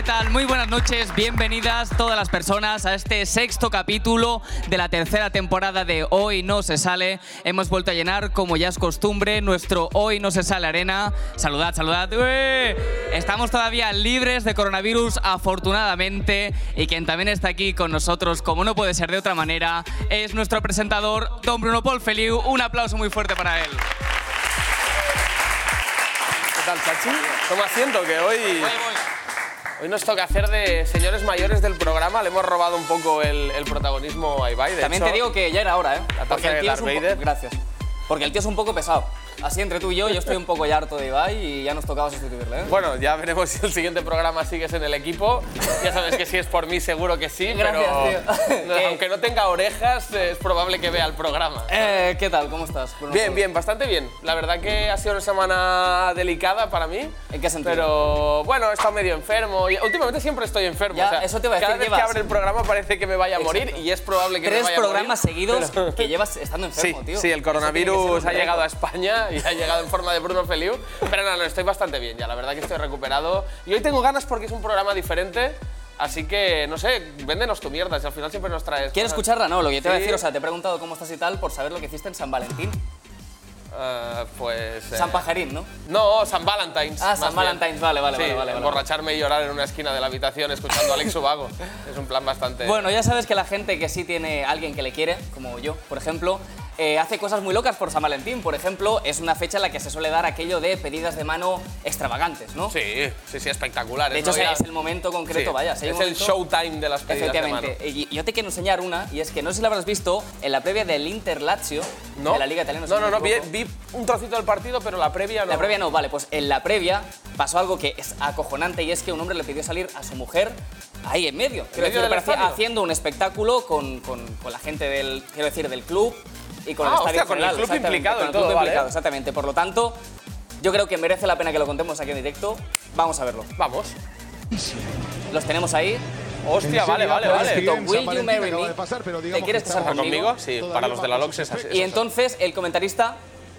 tal? Muy buenas noches, bienvenidas todas las personas a este sexto capítulo de la tercera temporada de Hoy No Se Sale. Hemos vuelto a llenar, como ya es costumbre, nuestro Hoy No Se Sale Arena. Saludad, saludad. ¡Ué! Estamos todavía libres de coronavirus, afortunadamente, y quien también está aquí con nosotros, como no puede ser de otra manera, es nuestro presentador, don Bruno Pol Feliu. Un aplauso muy fuerte para él. ¿Qué tal, Chachi? Toma asiento, que hoy nos toca hacer de señores mayores del programa. Le hemos robado un poco el protagonismo a Ibai. También te digo que ya era hora, ¿eh? La Porque taza el de tío Darth es un Vader. Gracias. Porque el tío es un poco pesado. Así entre tú y yo estoy un poco ya harto de Ibai y ya nos tocaba sustituirle, ¿eh? Bueno, ya veremos si el siguiente programa sigues en el equipo. Ya sabes que si es por mí, seguro que sí. Gracias, pero tío. aunque no tenga orejas, es probable que vea el programa. ¿Qué tal? ¿Cómo estás? Bruno? Bien, bien, bastante bien. La verdad que ha sido una semana delicada para mí. ¿En qué sentido? Pero bueno, he estado medio enfermo. Y últimamente siempre estoy enfermo. Ya, o sea, eso te iba a decir, cada vez que llevas- abre el programa parece que me vaya a morir. Exacto. Y es probable que me 3 vaya a morir. programas seguidos que llevas estando Sí, enfermo, tío. sí, el Eso tiene que coronavirus ser ha un llegado a récord. España y ha llegado en forma de Bruno Feliu. Pero no, estoy bastante bien ya, la verdad que estoy recuperado. Y hoy tengo ganas porque es un programa diferente. Así que, no sé, véndenos tu mierda, si al final siempre nos traes. ¿Quieres cosas. escucharla? No, lo que te iba a Sí. decir, o sea, te he preguntado cómo estás y tal por saber lo que hiciste en San Valentín. San Pajarín, ¿no? No, San Valentine's. Ah, San más bien. Valentine's, vale. Sí, emborracharme y llorar en una esquina de la habitación escuchando a Alex Ubago. Es un plan bastante... Bueno, ya sabes que la gente que sí tiene a alguien que le quiere, como yo, por ejemplo, hace cosas muy locas por San Valentín. Por ejemplo, es una fecha en la que se suele dar aquello de pedidas de mano extravagantes, ¿no? Sí, espectacular. De hecho, ya- es el momento concreto, Sí, vaya. si hay es un el momento- showtime de las pedidas de mano. Efectivamente. Y yo te quiero enseñar una, y es que no sé si la habrás visto en la previa del Inter Lazio, ¿No? de la Liga Italiana. si No, me vi, equivoco. vi un trocito del partido, pero la previa no. La previa no, vale, pues en la previa pasó algo que es acojonante y es que un hombre le pidió salir a su mujer ahí en medio. Quiero medio decir, del parecía estadio? haciendo un espectáculo con la gente del, quiero decir, del club y con el Ah, estadio hostia, con el general, club exactamente, implicado con y el todo, club vale. implicado, exactamente. Por lo tanto, yo creo que merece la pena que lo contemos aquí en directo. Vamos a verlo. Vamos. Los tenemos ahí. Hostia, vale. escrito, "Will you marry me?". ¿Te quieres casar ¿Está conmigo? conmigo? Sí, para los de la LOX es así. Y entonces el comentarista,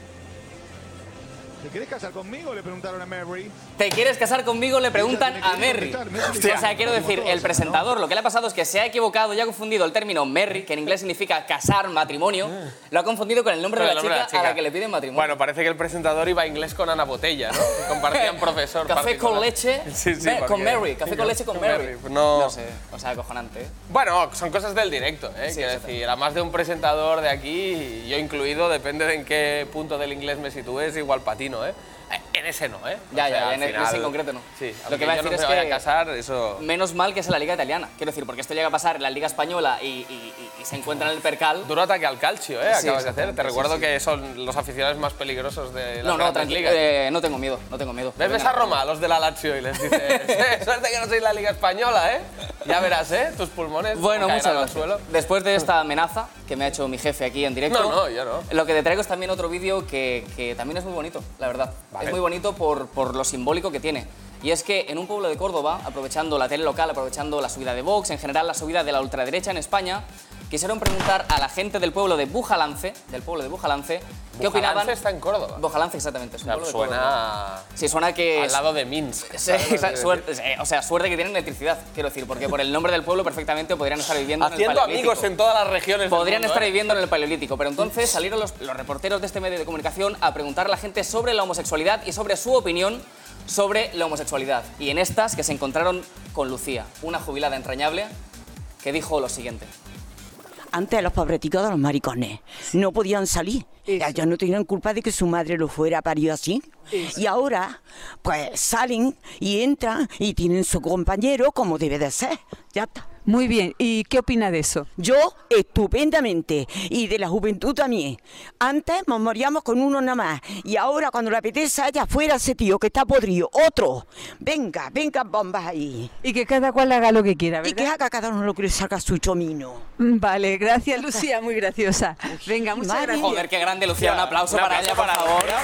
¿Te querés casar conmigo? Le preguntaron a Mary. ¿te quieres casar conmigo? Le preguntan a Merry. Hostia. O sea, quiero decir, el presentador, lo que le ha pasado es que se ha equivocado y ha confundido el término Merry, que en inglés significa casar, matrimonio, lo ha confundido con el nombre de la chica a la que le piden matrimonio. Bueno, parece que el presentador iba a inglés con Ana Botella, ¿no? Compartían profesor. Café con particular. leche Sí, sí, con porque- Mary. Café con leche con Mary. No. No sé, o sea, acojonante, ¿eh? Bueno, son cosas del directo, ¿eh? Sí, Quiero exacto. decir, a más de un presentador de aquí, yo incluido, depende de en qué punto del inglés me sitúes, igual patino, ¿eh? En ese no, ¿eh? Ya, O sea, al en ese final- en concreto no. Sí, Lo que voy a yo no decir me es vaya que a casar, eso... menos mal que es en la Liga Italiana. Quiero decir, porque esto llega a pasar en la Liga Española y se encuentra en el percal. Duro ataque al calcio, ¿eh? Sí, Acabas de hacer. Te exactamente, recuerdo sí. que son los aficionados más peligrosos de las No, grandes tranquilo, ligas. no tengo miedo, no tengo miedo. Ves Venga. a Roma, los de la Lazio, y les dices, suerte que no sois la Liga Española, ¿eh? Ya verás, ¿eh? Tus pulmones Bueno, caerán muchas al gracias. suelo. Después de esta amenaza que me ha hecho mi jefe aquí en directo, No, yo no. lo que te traigo es también otro vídeo que también es muy bonito, la verdad. Vale. Es muy bonito por lo simbólico que tiene. Y es que en un pueblo de Córdoba, aprovechando la tele local, aprovechando la subida de Vox, en general la subida de la ultraderecha en España, quisieron preguntar a la gente del pueblo de Bujalance, qué opinaban. Bujalance está en Córdoba. Bujalance, exactamente. Es un O sea, pueblo de Córdoba. suena Sí, suena que... al lado de Minsk. Sí, suerte que tienen electricidad, quiero decir, porque por el nombre del pueblo perfectamente podrían estar viviendo en el Haciendo Paleolítico. amigos en todas las regiones Podrían del mundo, estar ¿eh? viviendo en el Paleolítico, pero entonces salieron los reporteros de este medio de comunicación a preguntar a la gente sobre la homosexualidad y sobre su opinión sobre la homosexualidad. Y en estas que se encontraron con Lucía, una jubilada entrañable, que dijo lo siguiente. Antes los pobreticos de los maricones no podían salir. Ellos no tenían culpa de que su madre lo fuera parido así. Y ahora, pues salen y entran y tienen su compañero como debe de ser. Ya está. Muy bien, ¿y qué opina de eso? Yo, estupendamente. Y de la juventud también. Antes nos moríamos con uno nada más. Y ahora, cuando le apetece, allá afuera ese tío que está podrido. Otro. Venga, bombas ahí. Y que cada cual haga lo que quiera, Y ¿verdad? que haga cada uno lo que le salga su chomino. Vale, gracias Lucía, muy graciosa. Venga, muchas Madre gracias. Joder, qué grande, Lucía, un aplauso Un para aplauso ella, por para favor. Lucía.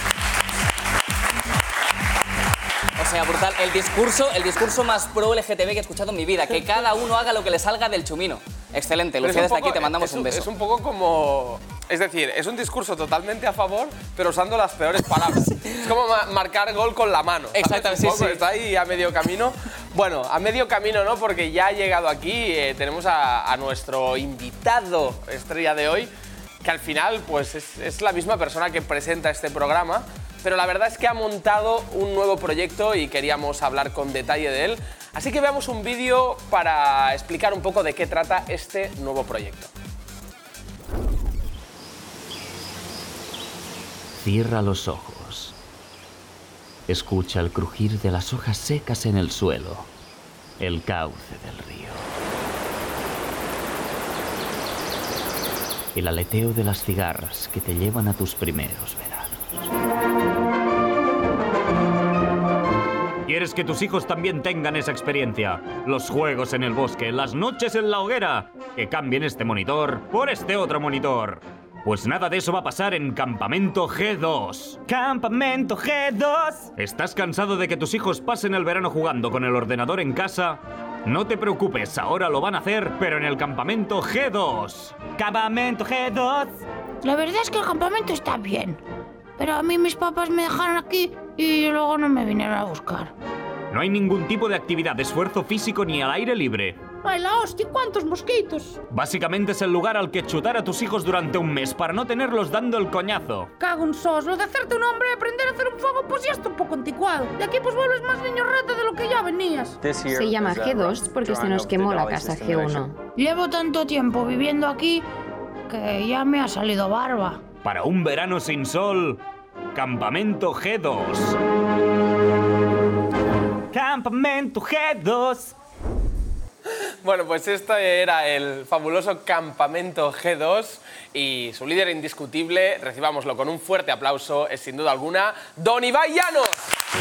O sea, brutal. El discurso más pro LGTB que he escuchado en mi vida. Que cada uno haga lo que le salga del chumino. Excelente, Pero es Lucía, un desde aquí poco- te mandamos es un beso. Es un poco como... Es decir, es un discurso totalmente a favor, pero usando las peores palabras. Es como marcar gol con la mano. ¿sabes? Exactamente, Un sí, poco, sí. Está ahí a medio camino. Bueno, a medio camino, ¿no? Porque ya ha llegado aquí, tenemos a nuestro invitado estrella de hoy, que al final pues es la misma persona que presenta este programa, pero la verdad es que ha montado un nuevo proyecto y queríamos hablar con detalle de él. Así que veamos un vídeo para explicar un poco de qué trata este nuevo proyecto. Cierra los ojos. Escucha el crujir de las hojas secas en el suelo, el cauce del río. El aleteo de las cigarras que te llevan a tus primeros veranos. ¿Quieres que tus hijos también tengan esa experiencia? Los juegos en el bosque, las noches en la hoguera. Que cambien este monitor por este otro monitor. Pues nada de eso va a pasar en Campamento G2. ¡Campamento G2! ¿Estás cansado de que tus hijos pasen el verano jugando con el ordenador en casa? No te preocupes, ahora lo van a hacer, pero en el Campamento G2. ¡Campamento G2! La verdad es que el campamento está bien, pero a mí mis papás me dejaron aquí y luego no me vinieron a buscar. No hay ningún tipo de actividad de esfuerzo físico ni al aire libre. ¡Ay, la hostia! ¿Cuántos mosquitos? Básicamente es el lugar al que chutar a tus hijos durante un mes para no tenerlos dando el coñazo. Cago en sos, lo de hacerte un hombre y aprender a hacer un fuego pues ya está un poco anticuado. De aquí pues vuelves más niño rata de lo que ya venías. Se llama G2 porque se nos quemó la casa G1. Llevo tanto tiempo viviendo aquí que ya me ha salido barba. Para un verano sin sol, Campamento G2. Campamento G2. Bueno, pues este era el fabuloso Campamento G2 y su líder indiscutible, recibámoslo con un fuerte aplauso, es sin duda alguna Don Ibai Llanos.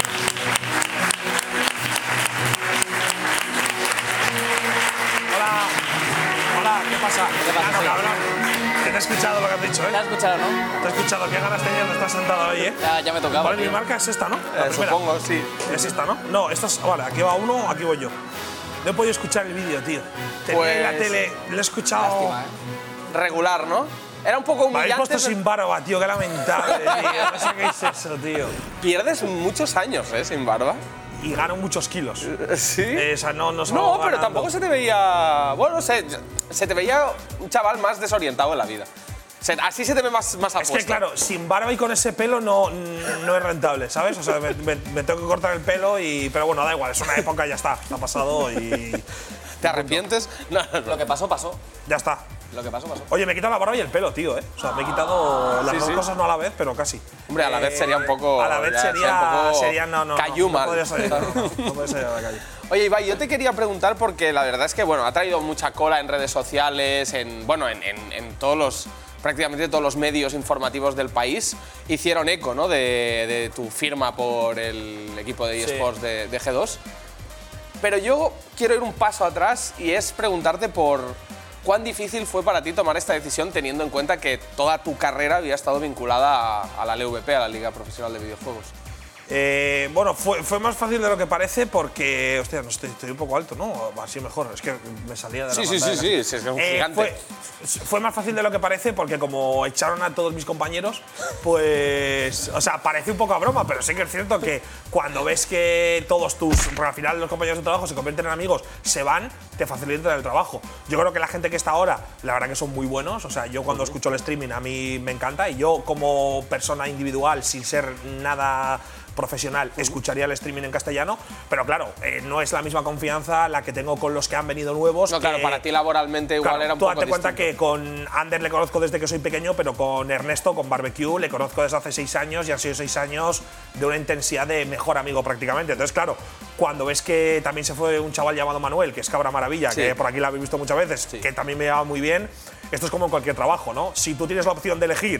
Hola, ¿qué pasa? No, cabrón. Que te he escuchado lo que has dicho, ¿eh? ¿Te has escuchado, no? Te he escuchado, qué ganas tenías de estar sentado ahí, ¿eh? Ya me tocaba. Vale, mi marca es esta, ¿no? La primera. Supongo, sí. Es esta, ¿no? No, esta es… Vale, aquí va uno, aquí voy yo. No he podido escuchar el vídeo, tío. Tenía en la tele, lo he escuchado… Lástima, ¿eh? Regular, ¿no? Era un poco Me habéis humillante. puesto sin barba, tío, qué lamentable, tío. No sé qué es eso, tío. Pierdes muchos años, ¿eh? Sin barba. Y gano muchos kilos. ¿Sí? O sea, no No, salgo pero ganando. tampoco se te veía… Bueno, se te veía un chaval más desorientado en la vida. Así se te ve más apuesto. Es que claro, sin barba y con ese pelo no es rentable, ¿sabes? O sea, me tengo que cortar el pelo y… Pero bueno, da igual, es una época, ya está pasado y… ¿Te arrepientes? No. Lo que pasó, pasó. Ya está. Lo que pasó, pasó. Oye, me he quitado la barba y el pelo, tío, ¿eh? O sea, me he quitado las dos cosas, no a la vez, pero casi. Hombre, a la vez sería un poco… A la vez ya sería no. Cayuma. No podría salir, no podría salir a la calle. Oye, Ibai, yo te quería preguntar porque la verdad es que, bueno, ha traído mucha cola en redes sociales, en todos los… prácticamente todos los medios informativos del país hicieron eco, ¿no? de tu firma por el equipo de eSports de G2. Pero yo quiero ir un paso atrás y es preguntarte por cuán difícil fue para ti tomar esta decisión teniendo en cuenta que toda tu carrera había estado vinculada a la LVP, a la Liga Profesional de Videojuegos. Bueno, fue más fácil de lo que parece porque… Hostia, no estoy un poco alto, ¿no? Así mejor, es que me salía de la pantalla. Sí, es un gigante. Fue más fácil de lo que parece porque como echaron a todos mis compañeros, pues… O sea, parece un poco a broma, pero sí que es cierto que cuando ves que todos porque al final los compañeros de trabajo se convierten en amigos, se van, te facilitan el trabajo. Yo creo que la gente que está ahora, la verdad que son muy buenos. O sea, yo cuando escucho el streaming a mí me encanta y yo como persona individual, sin ser nada profesional, escucharía el streaming en castellano, pero claro, no es la misma confianza la que tengo con los que han venido nuevos. No, claro, para ti laboralmente igual era un poco distinto. Tú date cuenta distinto. que con Ander le conozco desde que soy pequeño, pero con Ernesto, con Barbecue, le conozco desde hace 6 años y han sido 6 años de una intensidad de mejor amigo prácticamente. Entonces, claro, cuando ves que también se fue un chaval llamado Manuel, que es Cabra Maravilla, que por aquí la habéis visto muchas veces, que también me llevaba muy bien, esto es como en cualquier trabajo, ¿no? Si tú tienes la opción de elegir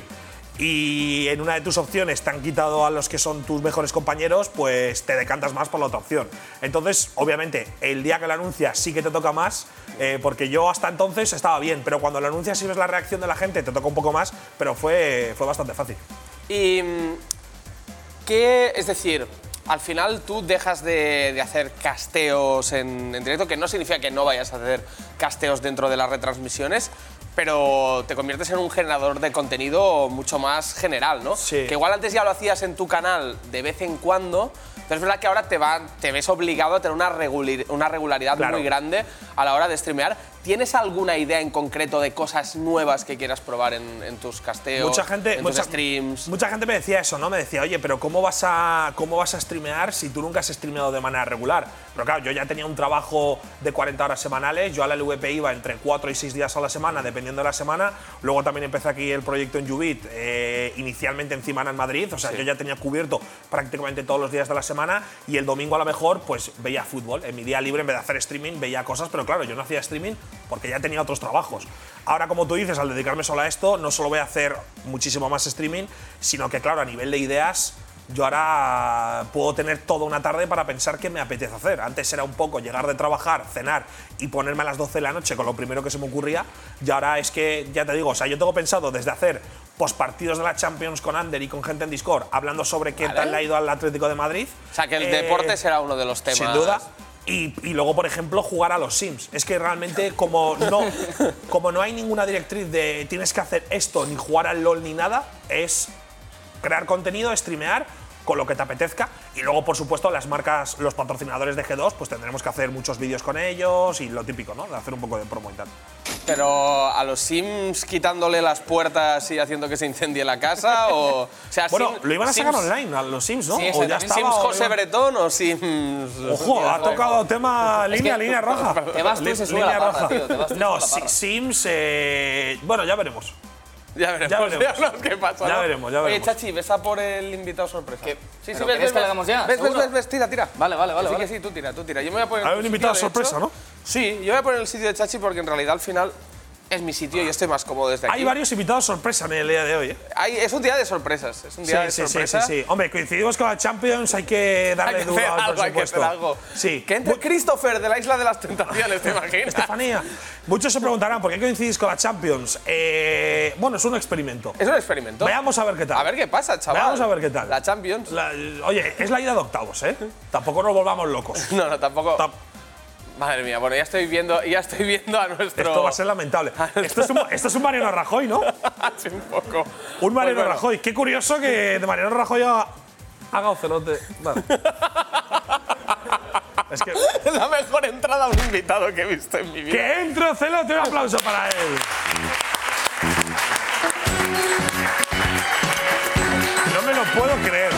y en una de tus opciones te han quitado a los que son tus mejores compañeros, pues te decantas más por la otra opción. Entonces, obviamente, el día que lo anuncias sí que te toca más, porque yo hasta entonces estaba bien, pero cuando lo anuncias y ves la reacción de la gente te toca un poco más, pero fue bastante fácil. Y ¿qué? Es decir, al final tú dejas de hacer casteos en directo, que no significa que no vayas a hacer casteos dentro de las retransmisiones, pero te conviertes en un generador de contenido mucho más general, ¿no? Sí. Que igual antes ya lo hacías en tu canal de vez en cuando, pero es verdad que ahora te ves obligado a tener una regularidad muy grande a la hora de streamear. ¿Tienes alguna idea en concreto de cosas nuevas que quieras probar en tus casteos, en tus streams? Mucha gente me decía eso, ¿no? Me decía, oye, pero ¿cómo vas a streamear si tú nunca has streameado de manera regular? Pero claro, yo ya tenía un trabajo de 40 horas semanales, yo a la LVP iba entre 4 y 6 días a la semana, dependiendo de la semana. Luego también empecé aquí el proyecto en Ubit, inicialmente en Cimana en Madrid, o sea, yo ya tenía cubierto prácticamente todos los días de la semana y el domingo a lo mejor pues veía fútbol. En mi día libre, en vez de hacer streaming, veía cosas, pero claro, yo no hacía streaming porque ya tenía otros trabajos. Ahora, como tú dices, al dedicarme solo a esto, no solo voy a hacer muchísimo más streaming, sino que, claro, a nivel de ideas, yo ahora puedo tener toda una tarde para pensar qué me apetece hacer. Antes era un poco llegar de trabajar, cenar y ponerme a las 12 de la noche con lo primero que se me ocurría. Y ahora es que, ya te digo, o sea, yo tengo pensado desde hacer postpartidos de la Champions con Ander y con gente en Discord, hablando sobre qué tal le ha ido al Atlético de Madrid. O sea, que el deporte será uno de los temas. Sin duda. Y luego, por ejemplo, jugar a los Sims. Es que realmente, como no hay ninguna directriz de tienes que hacer esto, ni jugar al LOL ni nada, es crear contenido, streamear con lo que te apetezca. Y luego, por supuesto, las marcas, los patrocinadores de G2, pues tendremos que hacer muchos vídeos con ellos y lo típico, ¿no? De hacer un poco de promo y tal. Pero a los Sims quitándole las puertas y haciendo que se incendie la casa o sea, bueno, lo iban a sacar online a los Sims, ¿no? Sí, o ya estaba, Sims José Bretón o Sims. Ojo, ha tocado tema línea roja. Te vas tú, se sube la barra, tío. No, Sims, bueno, ya veremos. Ya veremos qué pasa. Ya veremos. Oye, Chachi, ves a por el invitado sorpresa. Sí, ves que le hagamos ya. Ves, tira. Vale. Sí, sí, tú tira. Yo me voy a poner. Hay un invitado sorpresa, ¿no? Sí, yo voy a poner el sitio de Chachi porque en realidad al final es mi sitio y estoy más cómodo desde aquí. Hay varios invitados sorpresa en el día de hoy, ¿eh? Es un día de sorpresas. Es un día de sorpresas. Sí. Hombre, coincidimos con la Champions, hay que darle duro al presupuesto. Hay que hacer algo. Sí. Que entre Christopher de la Isla de las Tentaciones, ¿te imaginas? Estefanía. Muchos se preguntarán por qué coincidís con la Champions. Bueno, es un experimento. Es un experimento. Veamos a ver qué tal. A ver qué pasa, chaval. Veamos a ver qué tal. La Champions. Oye, es la ida de octavos, ¿eh? Tampoco nos volvamos locos. No, tampoco. Madre mía, bueno, ya estoy viendo a nuestro… Esto va a ser lamentable. Esto es un Mariano Rajoy, ¿no? Sí, un poco. Un Mariano Rajoy. Qué curioso que de Mariano Rajoy haga Ocelote. Vale. Es que… la mejor entrada a un invitado que he visto en mi vida. ¡Que entre Ocelote! Un aplauso para él. No me lo puedo creer.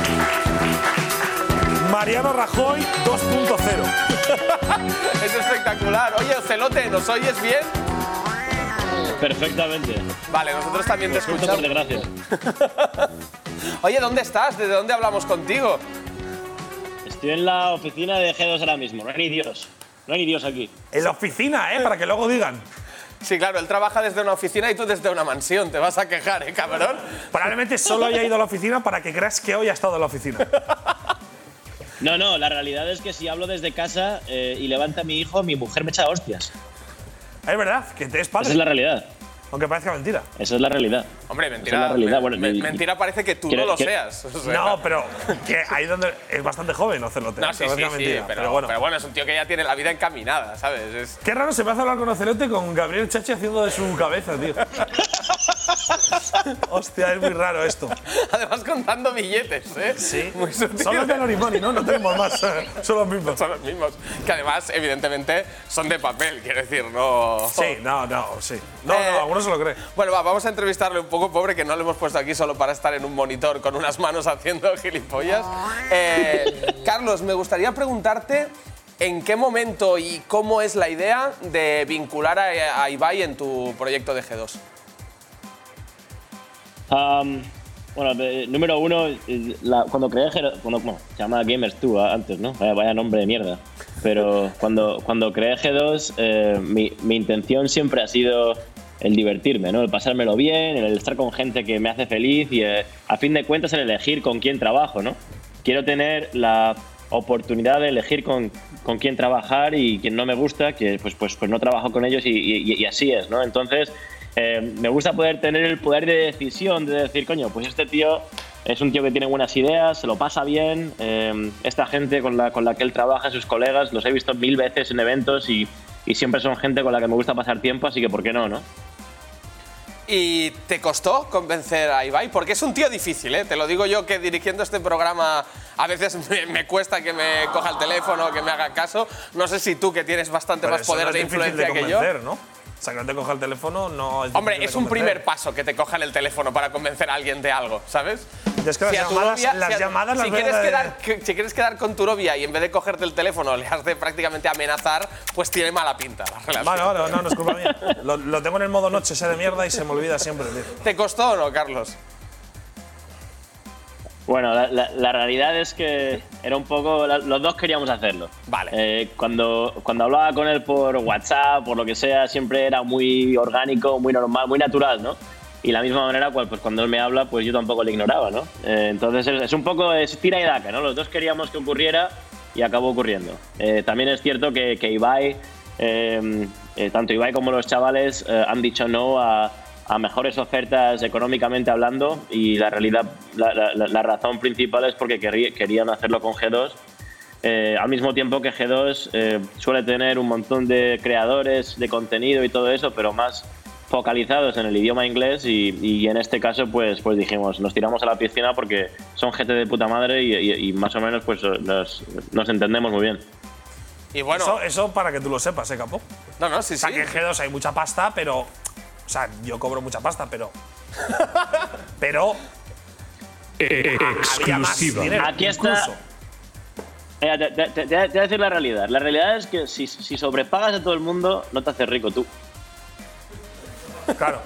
Mariano Rajoy 2.0. Es espectacular. Oye, Ocelote, ¿nos oyes bien? Perfectamente. Vale, nosotros también te escuchamos. Por desgracia. Oye, ¿dónde estás? ¿Desde dónde hablamos contigo? Estoy en la oficina de G2 ahora mismo. No hay ni Dios. No hay ni Dios aquí. En la oficina, para que luego digan. Sí, claro, él trabaja desde una oficina y tú desde una mansión. Te vas a quejar, cabrón. Probablemente solo haya ido a la oficina para que creas que hoy ha estado en la oficina. No, la realidad es que si hablo desde casa y levanta a mi hijo, mi mujer me echa hostias. Es verdad, que te es padre. Esa es la realidad. Aunque parezca mentira. Esa es la realidad. Hombre, mentira. Esa es la realidad. Bueno, mentira parece que tú no lo seas. O sea, no, pero que ahí donde es bastante joven, Ocelote. No, sí, mentira, pero bueno, es un tío que ya tiene la vida encaminada, ¿sabes? Qué raro se me hace hablar con Ocelote con Gabriel Chachi haciendo de su cabeza, tío. Hostia, es muy raro esto. Además contando billetes, ¿eh? Sí. Muy sutil. Son los de Lorimoni, ¿no? No tenemos más. Son los mismos. Son los mismos. Que además, evidentemente, son de papel, quiero decir, no… Sí, sí. No, algunos se lo cree. Bueno, vamos a entrevistarle un poco, pobre, que no le hemos puesto aquí solo para estar en un monitor con unas manos haciendo gilipollas. Carlos, me gustaría preguntarte en qué momento y cómo es la idea de vincular a Ibai en tu proyecto de G2. Bueno, número uno, cuando creé G2, se llama Gamers2 antes, ¿no? Vaya nombre de mierda. Pero cuando creé G2, mi intención siempre ha sido el divertirme, ¿no? El pasármelo bien, el estar con gente que me hace feliz y, a fin de cuentas, el elegir con quién trabajo, ¿no? Quiero tener la oportunidad de elegir con quién trabajar y quien no me gusta, que pues no trabajo con ellos y así es, ¿no? Entonces, me gusta poder tener el poder de decisión, de decir, coño, pues este tío es un tío que tiene buenas ideas, se lo pasa bien, esta gente con la que él trabaja, sus colegas, los he visto 1000 veces en eventos y siempre son gente con la que me gusta pasar tiempo, así que ¿por qué no, no? ¿Y te costó convencer a Ibai? Porque es un tío difícil, ¿eh? Te lo digo yo, que dirigiendo este programa a veces me cuesta que me coja el teléfono, que me haga caso. No sé si tú, que tienes bastante más poder de influencia que yo. ¿No? O sea, que no te coja el teléfono no es. Hombre, es un primer paso que te cojan el teléfono para convencer a alguien de algo, ¿sabes? Es que las llamadas las si quieres quedar con tu novia y en vez de cogerte el teléfono le has de prácticamente amenazar, pues tiene mala pinta la relación. No es culpa mía. Lo tengo en el modo noche ese de mierda y se me olvida siempre, tío. ¿Te costó o no, Carlos? Bueno, la realidad es que era un poco… Los dos queríamos hacerlo. Vale. Cuando hablaba con él por WhatsApp, por lo que sea, siempre era muy orgánico, muy normal, muy natural, ¿no? Y de la misma manera, pues cuando él me habla, pues yo tampoco le ignoraba, ¿no? Entonces es un poco tira y daca, ¿no? Los dos queríamos que ocurriera y acabó ocurriendo. También es cierto que Ibai, tanto Ibai como los chavales han dicho no a mejores ofertas económicamente hablando, y la realidad, la razón principal es porque querían hacerlo con G2, al mismo tiempo que G2 suele tener un montón de creadores de contenido y todo eso, pero más focalizados en el idioma inglés, y en este caso pues dijimos, nos tiramos a la piscina porque son gente de puta madre y más o menos pues nos entendemos muy bien. Y bueno, eso para que tú lo sepas, Capo. No, sí, o sea, que en G2 hay mucha pasta, pero… O sea, yo cobro mucha pasta, pero… había más dinero, aquí está… Te voy a decir la realidad. La realidad es que si sobrepagas a todo el mundo, no te haces rico tú. Claro.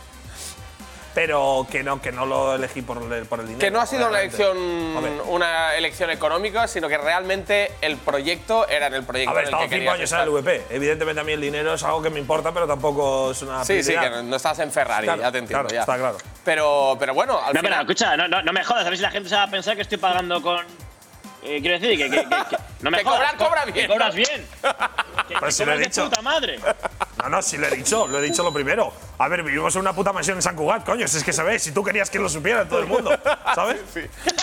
Pero que no lo elegí por el dinero. Que no ha sido una elección económica, sino que realmente el proyecto era el proyecto. A ver, he estado 5 años en el VP. Evidentemente a mí el dinero es algo que me importa, pero tampoco es una prioridad. Sí, que no estás en Ferrari, claro, ya te entiendo. Claro, ya. Está claro. Pero bueno, al final… Pero escucha, no me jodas, a ver si la gente se va a pensar que estoy pagando con… quiero decir que no me jodas. Cobra bien. Que cobras bien. Pero si lo he dicho. De puta madre. No, sí lo he dicho lo primero. A ver, vivimos en una puta mansión en San Cugat, coño, si es que sabes, si tú querías que lo supiera todo el mundo, ¿sabes? Sí.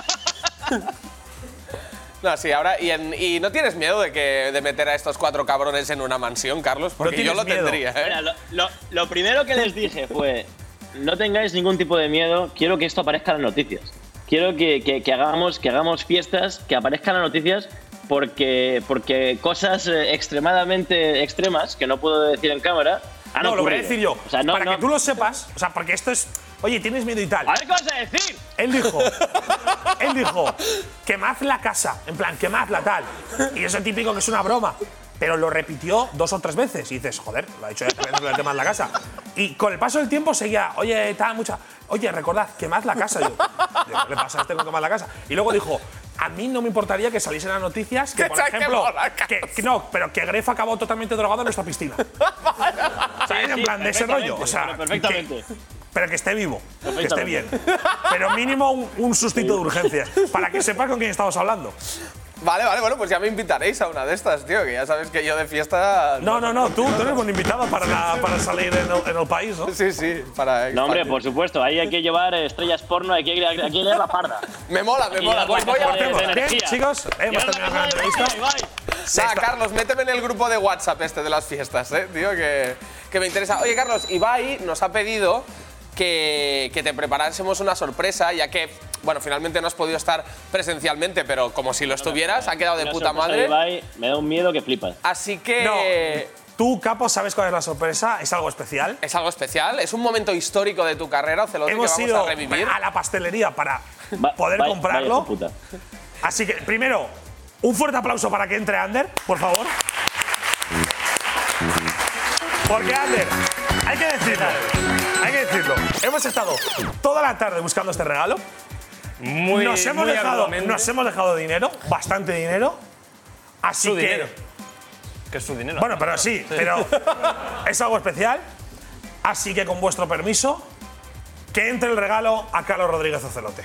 No, sí, ahora… ¿Y no tienes miedo de meter a estos 4 cabrones en una mansión, Carlos? Porque yo lo tendría, ¿eh? Mira, lo primero que les dije fue, no tengáis ningún tipo de miedo, quiero que esto aparezca en las noticias. Quiero que hagamos fiestas, que aparezcan en las noticias, porque cosas extremadamente extremas, que no puedo decir en cámara, han ocurrido. Lo voy a decir yo, o sea, para que tú lo sepas, o sea, porque esto es… Oye, ¿tienes miedo y tal? A ver qué vas a decir. Él dijo, quemad la casa, en plan, quemadla tal. Y eso es típico que es una broma. Pero lo repitió 2 o 3 veces y dices, joder, lo ha dicho ya 3 veces, lo de quemad la casa. Y con el paso del tiempo seguía, oye, recordad, quemad la casa. Yo, ¿qué le pasa a este con quemad la casa? Y luego dijo, a mí no me importaría que saliesen las noticias que, por ejemplo, que Gref acabó totalmente drogado en nuestra piscina. ¿Sabes? En plan, de ese rollo. O sea, perfectamente. Pero que esté vivo, que esté bien. Pero mínimo un sustito de urgencias, para que sepas con quién estamos hablando. Vale, bueno, pues ya me invitaréis a una de estas, tío, que ya sabes que yo de fiesta… No, tú eres buen invitado para salir en el país, ¿no? Sí, para… No, hombre, por supuesto, ahí hay que llevar estrellas porno, hay que leer la parda. Me mola. Voy a hacer. Bien, chicos, hemos terminado con la entrevista. Carlos, méteme en el grupo de WhatsApp de las fiestas, tío, que me interesa. Oye, Carlos, Ibai nos ha pedido que te preparásemos una sorpresa, ya que… Bueno, finalmente no has podido estar presencialmente, pero como si lo estuvieras, ha quedado de puta madre. Ibai, me da un miedo que flipas. Así que… Tú, Capo, ¿sabes cuál es la sorpresa? ¿Es algo especial? Es algo especial, es un momento histórico de tu carrera, Ocelote, que vamos a revivir. Hemos ido a la pastelería para poder comprarlo. Así que, primero, un fuerte aplauso para que entre Ander, por favor. Porque Ander, hay que decirlo, hemos estado toda la tarde buscando este regalo. Nos hemos dejado dinero, bastante dinero. Así que es su dinero. Bueno, pero sí, pero es algo especial. Así que con vuestro permiso, que entre el regalo a Carlos Rodríguez Ocelote.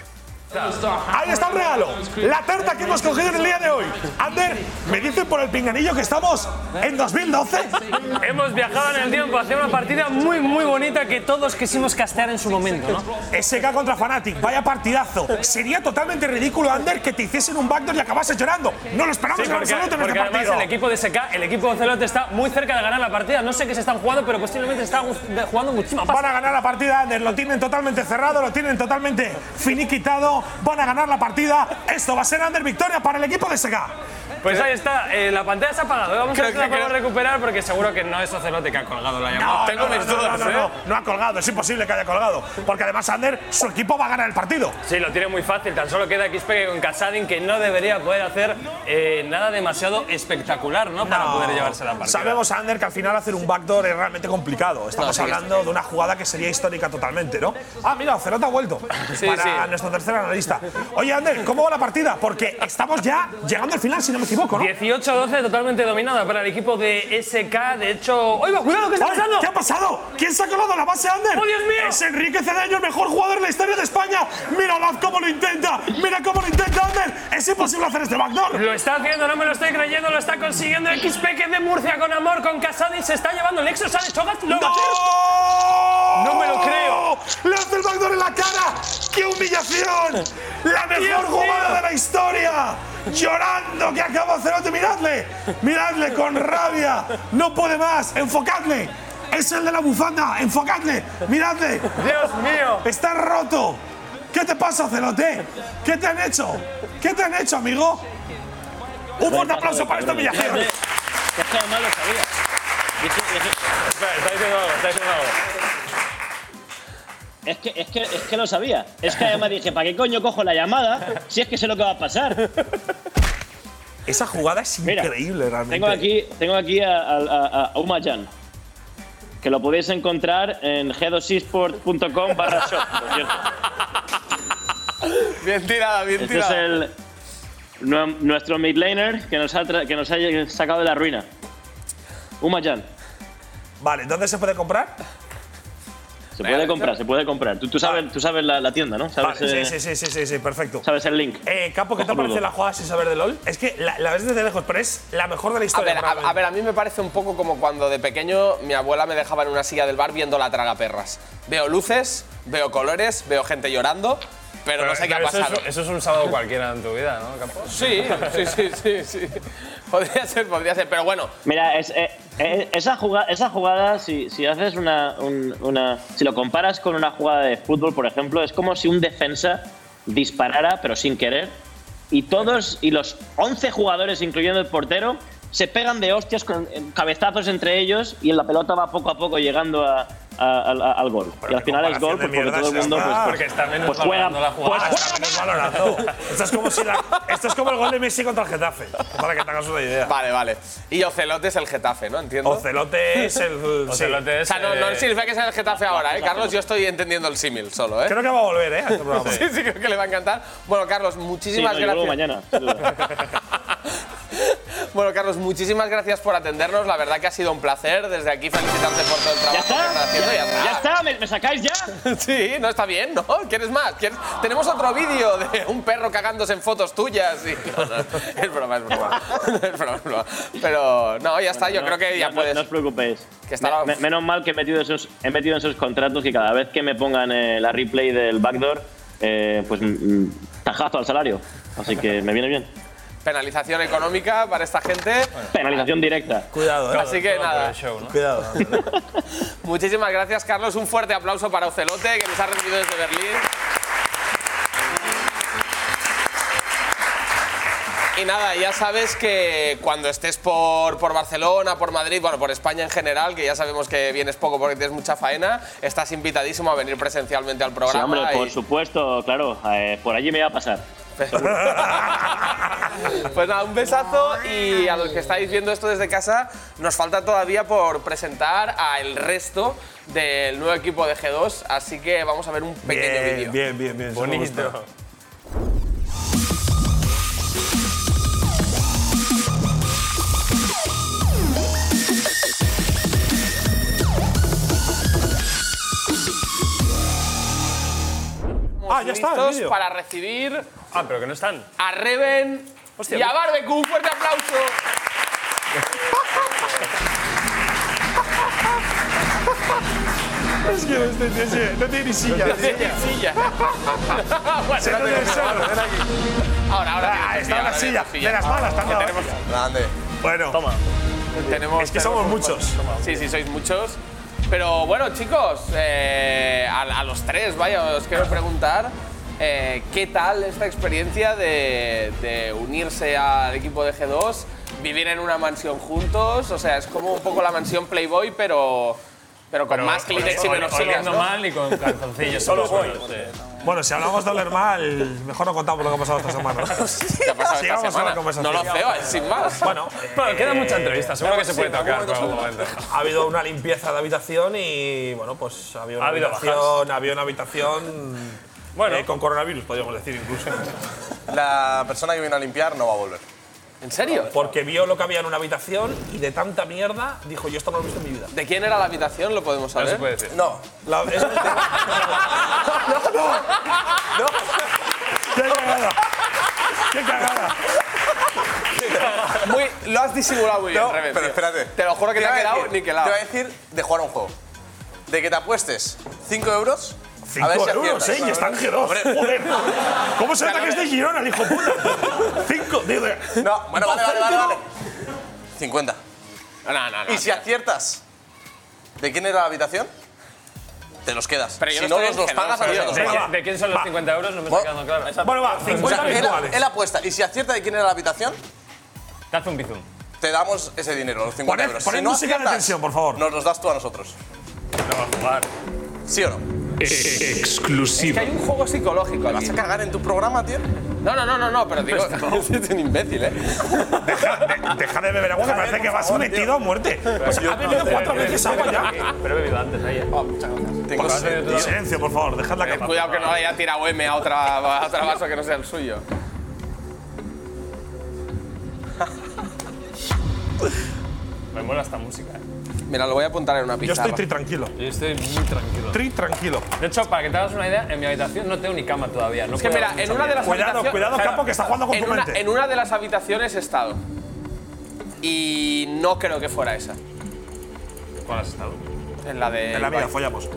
Ahí está el regalo. La tarta que hemos cogido en el día de hoy. Ander, me dicen por el pinganillo que estamos en 2012. Hemos viajado en el tiempo a hacer una partida muy, muy bonita que todos quisimos castear en su momento, ¿no? SK contra Fnatic, vaya partidazo. Sería totalmente ridículo, Ander, que te hiciesen un backdoor y acabases llorando. No lo esperamos en absoluto en este además partido. el equipo de SK, el equipo de Ocelote está muy cerca de ganar la partida. No sé qué se están jugando, pero posiblemente están jugando muchísima pasta. Van a ganar la partida, Ander. Lo tienen totalmente cerrado, lo tienen totalmente finiquitado. Van a ganar la partida. Esto va a ser Ander victoria para el equipo de SK. Pues ahí está, la pantalla se ha apagado. Vamos a ver si la podemos recuperar porque seguro que no es Ocelote que ha colgado la llamada. Tengo mis dudas, no ha colgado, es imposible que haya colgado. Porque además, Ander, su equipo va a ganar el partido. Sí, lo tiene muy fácil. Tan solo queda XP con Kassadin, que no debería poder hacer nada demasiado espectacular, ¿no? Para poder llevarse la partida. Sabemos, Ander, que al final hacer un backdoor es realmente complicado. Estamos hablando de una jugada que sería histórica totalmente, ¿no? Ah, mira, Ocelote ha vuelto para nuestro tercer analista. Oye, Ander, ¿cómo va la partida? Porque estamos ya llegando al final, si no me equivoco, ¿no? 18-12, totalmente dominada para el equipo de SK. De hecho… ¡Oiga, cuidado! ¿Qué está pasando? ¿Qué ha pasado? ¿Quién se ha colado a la base, Ander? ¡Oh, Dios mío! Es Enrique Cedeño, el mejor jugador de la historia de España. Mira Laz cómo lo intenta. Mira cómo lo intenta, Ander. Es imposible hacer este backdoor. Lo está haciendo, no me lo estoy creyendo. Lo está consiguiendo XP, que es de Murcia con amor, con Kassadin. Se está llevando el Nexus. ¿Sale Chogat? ¡No! ¡No me lo creo! ¡Le hace el backdoor en la cara! ¡Qué humillación! ¡La mejor jugada de la historia! Llorando que acaba Ocelote, miradle, miradle con rabia, no puede más, enfocadle, es el de la bufanda, enfocadle, miradle. Dios mío, está roto. ¿Qué te pasa, Ocelote? ¿Qué te han hecho? ¿Qué te han hecho, amigo? Un fuerte aplauso para esta humillación. Es que además lo sabía. Está diciendo algo. Es que lo sabía. Es que además dije, ¿para qué coño cojo la llamada si es que sé lo que va a pasar? Esa jugada es increíble, realmente. Tengo aquí a Umajan, que lo podéis encontrar en g2esports.com/shop, por cierto. Bien tirada, bien tirada. Este es nuestro midlaner que nos ha sacado de la ruina. Umajan. Vale, ¿dónde se puede comprar? Se puede comprar. Tú sabes la tienda, ¿no? ¿Sabes, vale, sí, perfecto. ¿Sabes el link? Capo, ¿qué te parece la jugada sin saber de LOL? Es que la ves desde lejos, pero es la mejor de la historia. A ver, a mí me parece un poco como cuando de pequeño mi abuela me dejaba en una silla del bar viendo La Tragaperras. Veo luces, veo colores, veo gente llorando, pero no sé qué ha pasado. Eso es un sábado cualquiera en tu vida, ¿no, Capo? Sí. Podría ser, pero bueno. Mira, esa jugada, si haces si lo comparas con una jugada de fútbol, por ejemplo, es como si un defensa disparara, pero sin querer, y los 11 jugadores, incluyendo el portero, se pegan de hostias con cabezazos entre ellos y la pelota va poco a poco llegando al gol. Pero y al final es gol porque todo el mundo pues juega la jugada. Esto es como el gol de Messi contra el Getafe, para que te hagas una idea. Vale. Y Ocelote es el Getafe, ¿no? Entiendo. Ocelote es el… Ocelote es… O sea, no significa que sea el Getafe ahora, ¿eh? Carlos, yo estoy entendiendo el símil solo, ¿eh? Creo que va a volver, ¿eh? A este programa. Sí, creo que le va a encantar. Bueno, Carlos, muchísimas gracias. Luego mañana. Bueno, Carlos, muchísimas gracias por atendernos. La verdad que ha sido un placer. Desde aquí felicitarte por todo el trabajo que estás haciendo. ¿Ya está? ¿Me sacáis ya? Sí, no está bien, ¿no? ¿Quieres más? Tenemos otro vídeo de un perro cagándose en fotos tuyas. Y… No, es broma. Es broma. Pero no, ya está. Yo creo que ya puedes… No os preocupéis. Que menos mal que he metido en esos contratos que cada vez que me pongan la replay del backdoor, pues tajazo al salario. Así que me viene bien. Penalización económica para esta gente. Penalización directa. Cuidado, ¿eh? Así que nada. Show, ¿no? Cuidado. Muchísimas gracias, Carlos. Un fuerte aplauso para Ocelote, que nos ha recibido desde Berlín. Y nada, ya sabes que cuando estés por Barcelona, por Madrid, bueno, por España en general, que ya sabemos que vienes poco porque tienes mucha faena, estás invitadísimo a venir presencialmente al programa. Sí, hombre, por supuesto, claro. Por allí me va a pasar. Pues nada, un besazo, y a los que estáis viendo esto desde casa, nos falta todavía por presentar al resto del nuevo equipo de G2, así que vamos a ver un pequeño vídeo. Bien. Bonito. ya está, el listos vídeo. para recibir pero que no están. a Reven y a Barbecue. Un fuerte aplauso. Es que no tiene ni silla. No tiene ni silla. Bueno, Se no debe ser. Ahora Está en la silla. De las malas también. Grande. Bueno. Toma. Es que somos muchos. Sí, sois muchos. Pero bueno, chicos, a los tres, vaya, os quiero preguntar qué tal esta experiencia de unirse al equipo de G2, vivir en una mansión juntos, o sea, es como un poco la mansión Playboy, pero con más Kleenex y menos sillas, oliendo ¿no? mal y con calzoncillos. Solo voy. Bueno, si hablamos de oler mal, mejor no contamos lo que ha pasado esta semana. ¿Qué ha pasado Sigamos esta con la semana? conversación. No lo feo, sin más. Bueno, queda mucha entrevista, seguro que se puede tocar en algún momento. Ha habido una limpieza de habitación y, bueno, pues había una habitación con coronavirus, podríamos decir incluso. La persona que vino a limpiar no va a volver. ¿En serio? Porque vio lo que había en una habitación y de tanta mierda dijo, yo esto no lo he visto en mi vida. ¿De quién era la habitación? ¿Lo podemos saber? No se puede decir. No. No. ¡Qué cagada! ¡Qué cagada! Lo has disimulado muy bien, No, Reven, pero tío. espérate. Te lo juro que te ha quedado niquelado. Te voy a decir de jugar a un juego. De que te apuestes 5 euros. 5 a ver si euros, aciertas. y está en G2. Joder. ¿Cómo se nota que es de Girona, el hijo puta? 5, digo. No, bueno, vale. 50. No. Y si aciertas de quién era la habitación, te los quedas. Pero yo si no no estoy los en pagas, a nosotros. ¿De quién son los 50 euros? No me está quedando claro. Bueno, va, 50 él apuesta. Y si acierta de quién era la habitación, te hace un bizum. te damos ese dinero, los 50 euros. Poned Si no música de aciertas, tensión, por favor. nos los das tú a nosotros. No va a jugar. ¿Sí o no? Es Exclusivo. que hay un juego psicológico ¿Vas aquí. a cagar en tu programa, tío? No, pero digo, es un imbécil, ¿eh? Deja de beber agua, que parece que vas metido a muerte. Pues ha bebido 4 veces agua ya. Pero he bebido antes ahí, Muchas gracias. Silencio, por favor, dejad la capa. Cuidado que no haya tirado M a otro vaso que no sea el suyo. Me mola esta música. Mira, lo voy a apuntar en una Yo pizarra. estoy tranquilo. Yo estoy muy tranquilo. Tranquilo. De hecho, para que te hagas una idea, en mi habitación no tengo ni cama todavía. No Es que mira, en una de las habitaciones... Cuidado, Capo, que está jugando con tu mente. En una de las habitaciones he estado. Y no creo que fuera esa. ¿Cuál has estado? En la de... En la mía, follamos.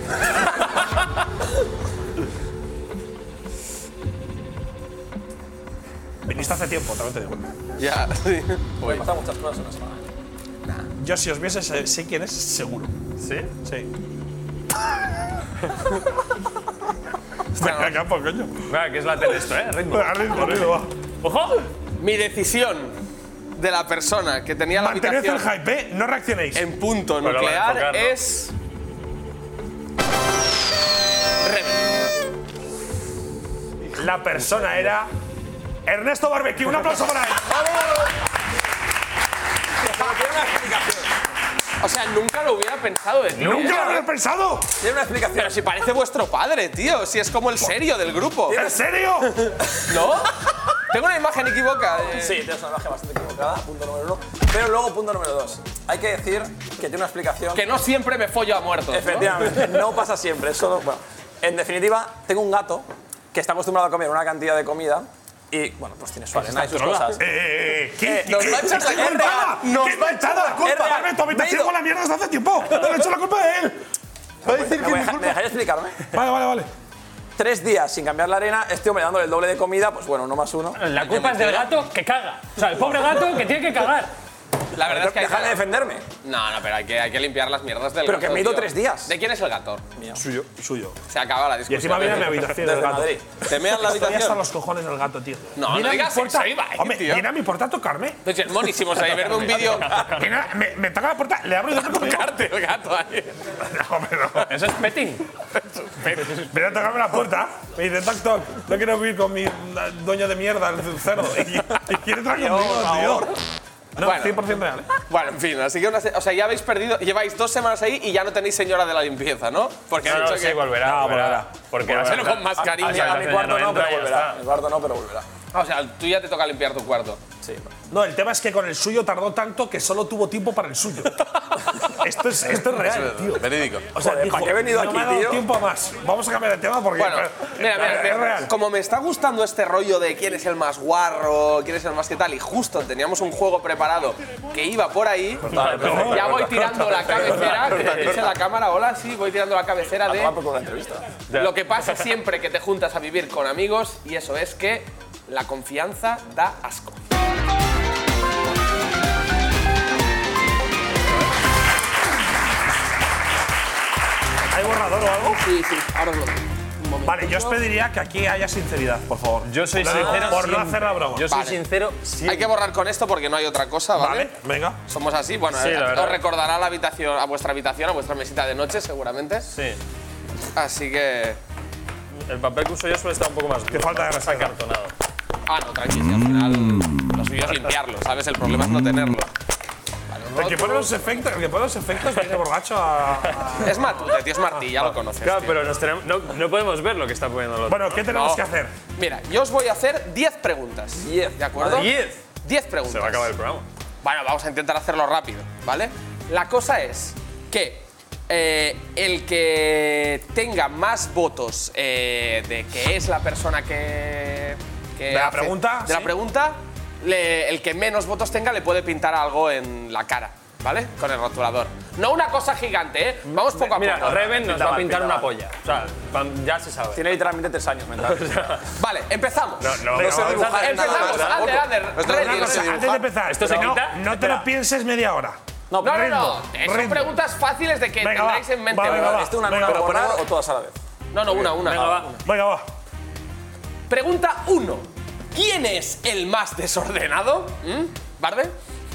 Viniste hace tiempo, también te digo. Ya, sí. Pueden pasar muchas cosas en una semana. Yo, si os viese, sé quién es, seguro. ¿Sí? Sí. Venga, Capo, coño. Venga, que es la tele esto, ¿eh? Ritmo. Ritmo, va. ¡Ojo! Mi decisión de la persona que tenía la Mantened el habitación hype, ¿eh? No reaccionéis. en punto Pero nuclear enfocar, ¿no? es... Reven. La persona era Ernesto Barbecue. Un aplauso para él. O sea, nunca lo hubiera pensado de ti. ¿Nunca lo habría pensado? Tiene una explicación. Pero si parece vuestro padre, tío. Si es como el serio del grupo. ¿En serio? ¿No? Tengo una imagen equivocada. Sí, tienes una imagen bastante equivocada, punto número 1. Pero luego, punto número 2. Hay que decir que tiene una explicación. Que no siempre me follo a muertos, ¿no? Efectivamente, no pasa siempre. Bueno, en definitiva, tengo un gato que está acostumbrado a comer una cantidad de comida y, bueno, pues tiene su arena y sus cosas. Nos va a echar la culpa. Nos va a echar la culpa. Dame tu habitación con la mierda desde hace tiempo. No le he hecho la culpa a él. Va a decir que ¿Me dejáis explicarme? Vale. 3 días sin cambiar la arena, este hombre dándole el doble de comida, pues bueno, no más uno. La culpa es del gato que caga. O sea, el pobre gato que tiene que cagar. La verdad es que hay Déjame defenderme. No, pero hay que limpiar las mierdas del Pero gato, que me he ido tío. 3 días. ¿De quién es el gato? Suyo. Se acaba la Y discusión. encima viene a mi habitación el Desde gato. Madrid. ¿Te meas la Estoy hasta habitación? los cojones del gato, tío. No, Viene no a mi digas puerta- eso, Ibai, Hombre, tío. viene a mi puerta a tocarme. Es monísimos ahí, verme un vídeo. Me toca la puerta, le abro y duerme conmigo. Tocarte el gato ahí. No. Eso es petting. Viene a tocarme la puerta. Me dice, toc, toc, no quiero vivir con mi dueño de mierda, el cerdo. Y quiere entrar conmigo, tío. No, Bueno. 100% real, ¿eh? Bueno, en fin, así que o sea, ya habéis perdido, lleváis 2 semanas ahí y ya no tenéis señora de la limpieza, ¿no? Porque ha No, dicho sí, que volverá. No, volverá. Porque Volverá con mascarilla. A mi cuarto no, pero volverá. A mi cuarto no, pero volverá. O sea, tú ya te toca limpiar tu cuarto. Sí. No, el tema es que con el suyo tardó tanto que solo tuvo tiempo para el suyo. Esto es real, tío. Verídico. O sea, Joder, ¿para qué he venido no aquí, me ha dado tío? tiempo más. Vamos a cambiar de tema porque Bueno, mira, es real. como me está gustando este rollo de quién es el más guarro, quién es el más qué tal, y justo teníamos un juego preparado que iba por ahí, ya voy tirando la cabecera, que dice la cámara, hola, sí, voy tirando la cabecera de lo que pasa siempre que te juntas a vivir con amigos, y eso es que la confianza da asco. ¿Hay borrador o algo? Sí, ahora os lo digo. Vale, yo os pediría que aquí haya sinceridad, por favor. Yo soy sincero. Por no hacer la broma. Yo soy sincero. Hay que borrar con esto porque no hay otra cosa, ¿vale? Vale, venga. Somos así, bueno, Sí, la verdad. os recordará la habitación, a vuestra habitación, a vuestra mesita de noche, seguramente. Sí. Así que. El papel que uso yo suele estar un poco más duro. Qué falta de respeto. acartonado. Ah, no, tranquilo, al final lo suyo es limpiarlo, ¿sabes? El problema es no tenerlo. El que pone los efectos viene borracho a… Es Matute, tío, es Martí, ya lo conoces. Claro, tío. pero no podemos ver lo que está poniendo el otro. Bueno, ¿qué tenemos que hacer? Mira, yo os voy a hacer 10 preguntas. 10, ¿de acuerdo? 10. 10 preguntas. Se va a acabar el programa. Bueno, vamos a intentar hacerlo rápido, ¿vale? La cosa es que el que tenga más votos de que es la persona que ¿De la pregunta? de la Sí. pregunta, el que menos votos tenga le puede pintar algo en la cara, ¿vale? Con el rotulador. No una cosa gigante, ¿eh? Vamos poco a poco. Mira, Reven nos va a pintar una polla. O sea, ya se sabe. Tiene literalmente 3 años mental. Vale, empezamos. No sé dibujar empezamos. Ander, Antes de empezar, ¿Esto se quita? no te lo pienses media hora. No. Son preguntas fáciles de que tendréis en mente. Venga, ¿Esto una para borrar o todas a la vez? No, una. Venga, va. Pregunta 1. ¿Quién es el más desordenado? ¿Barbe?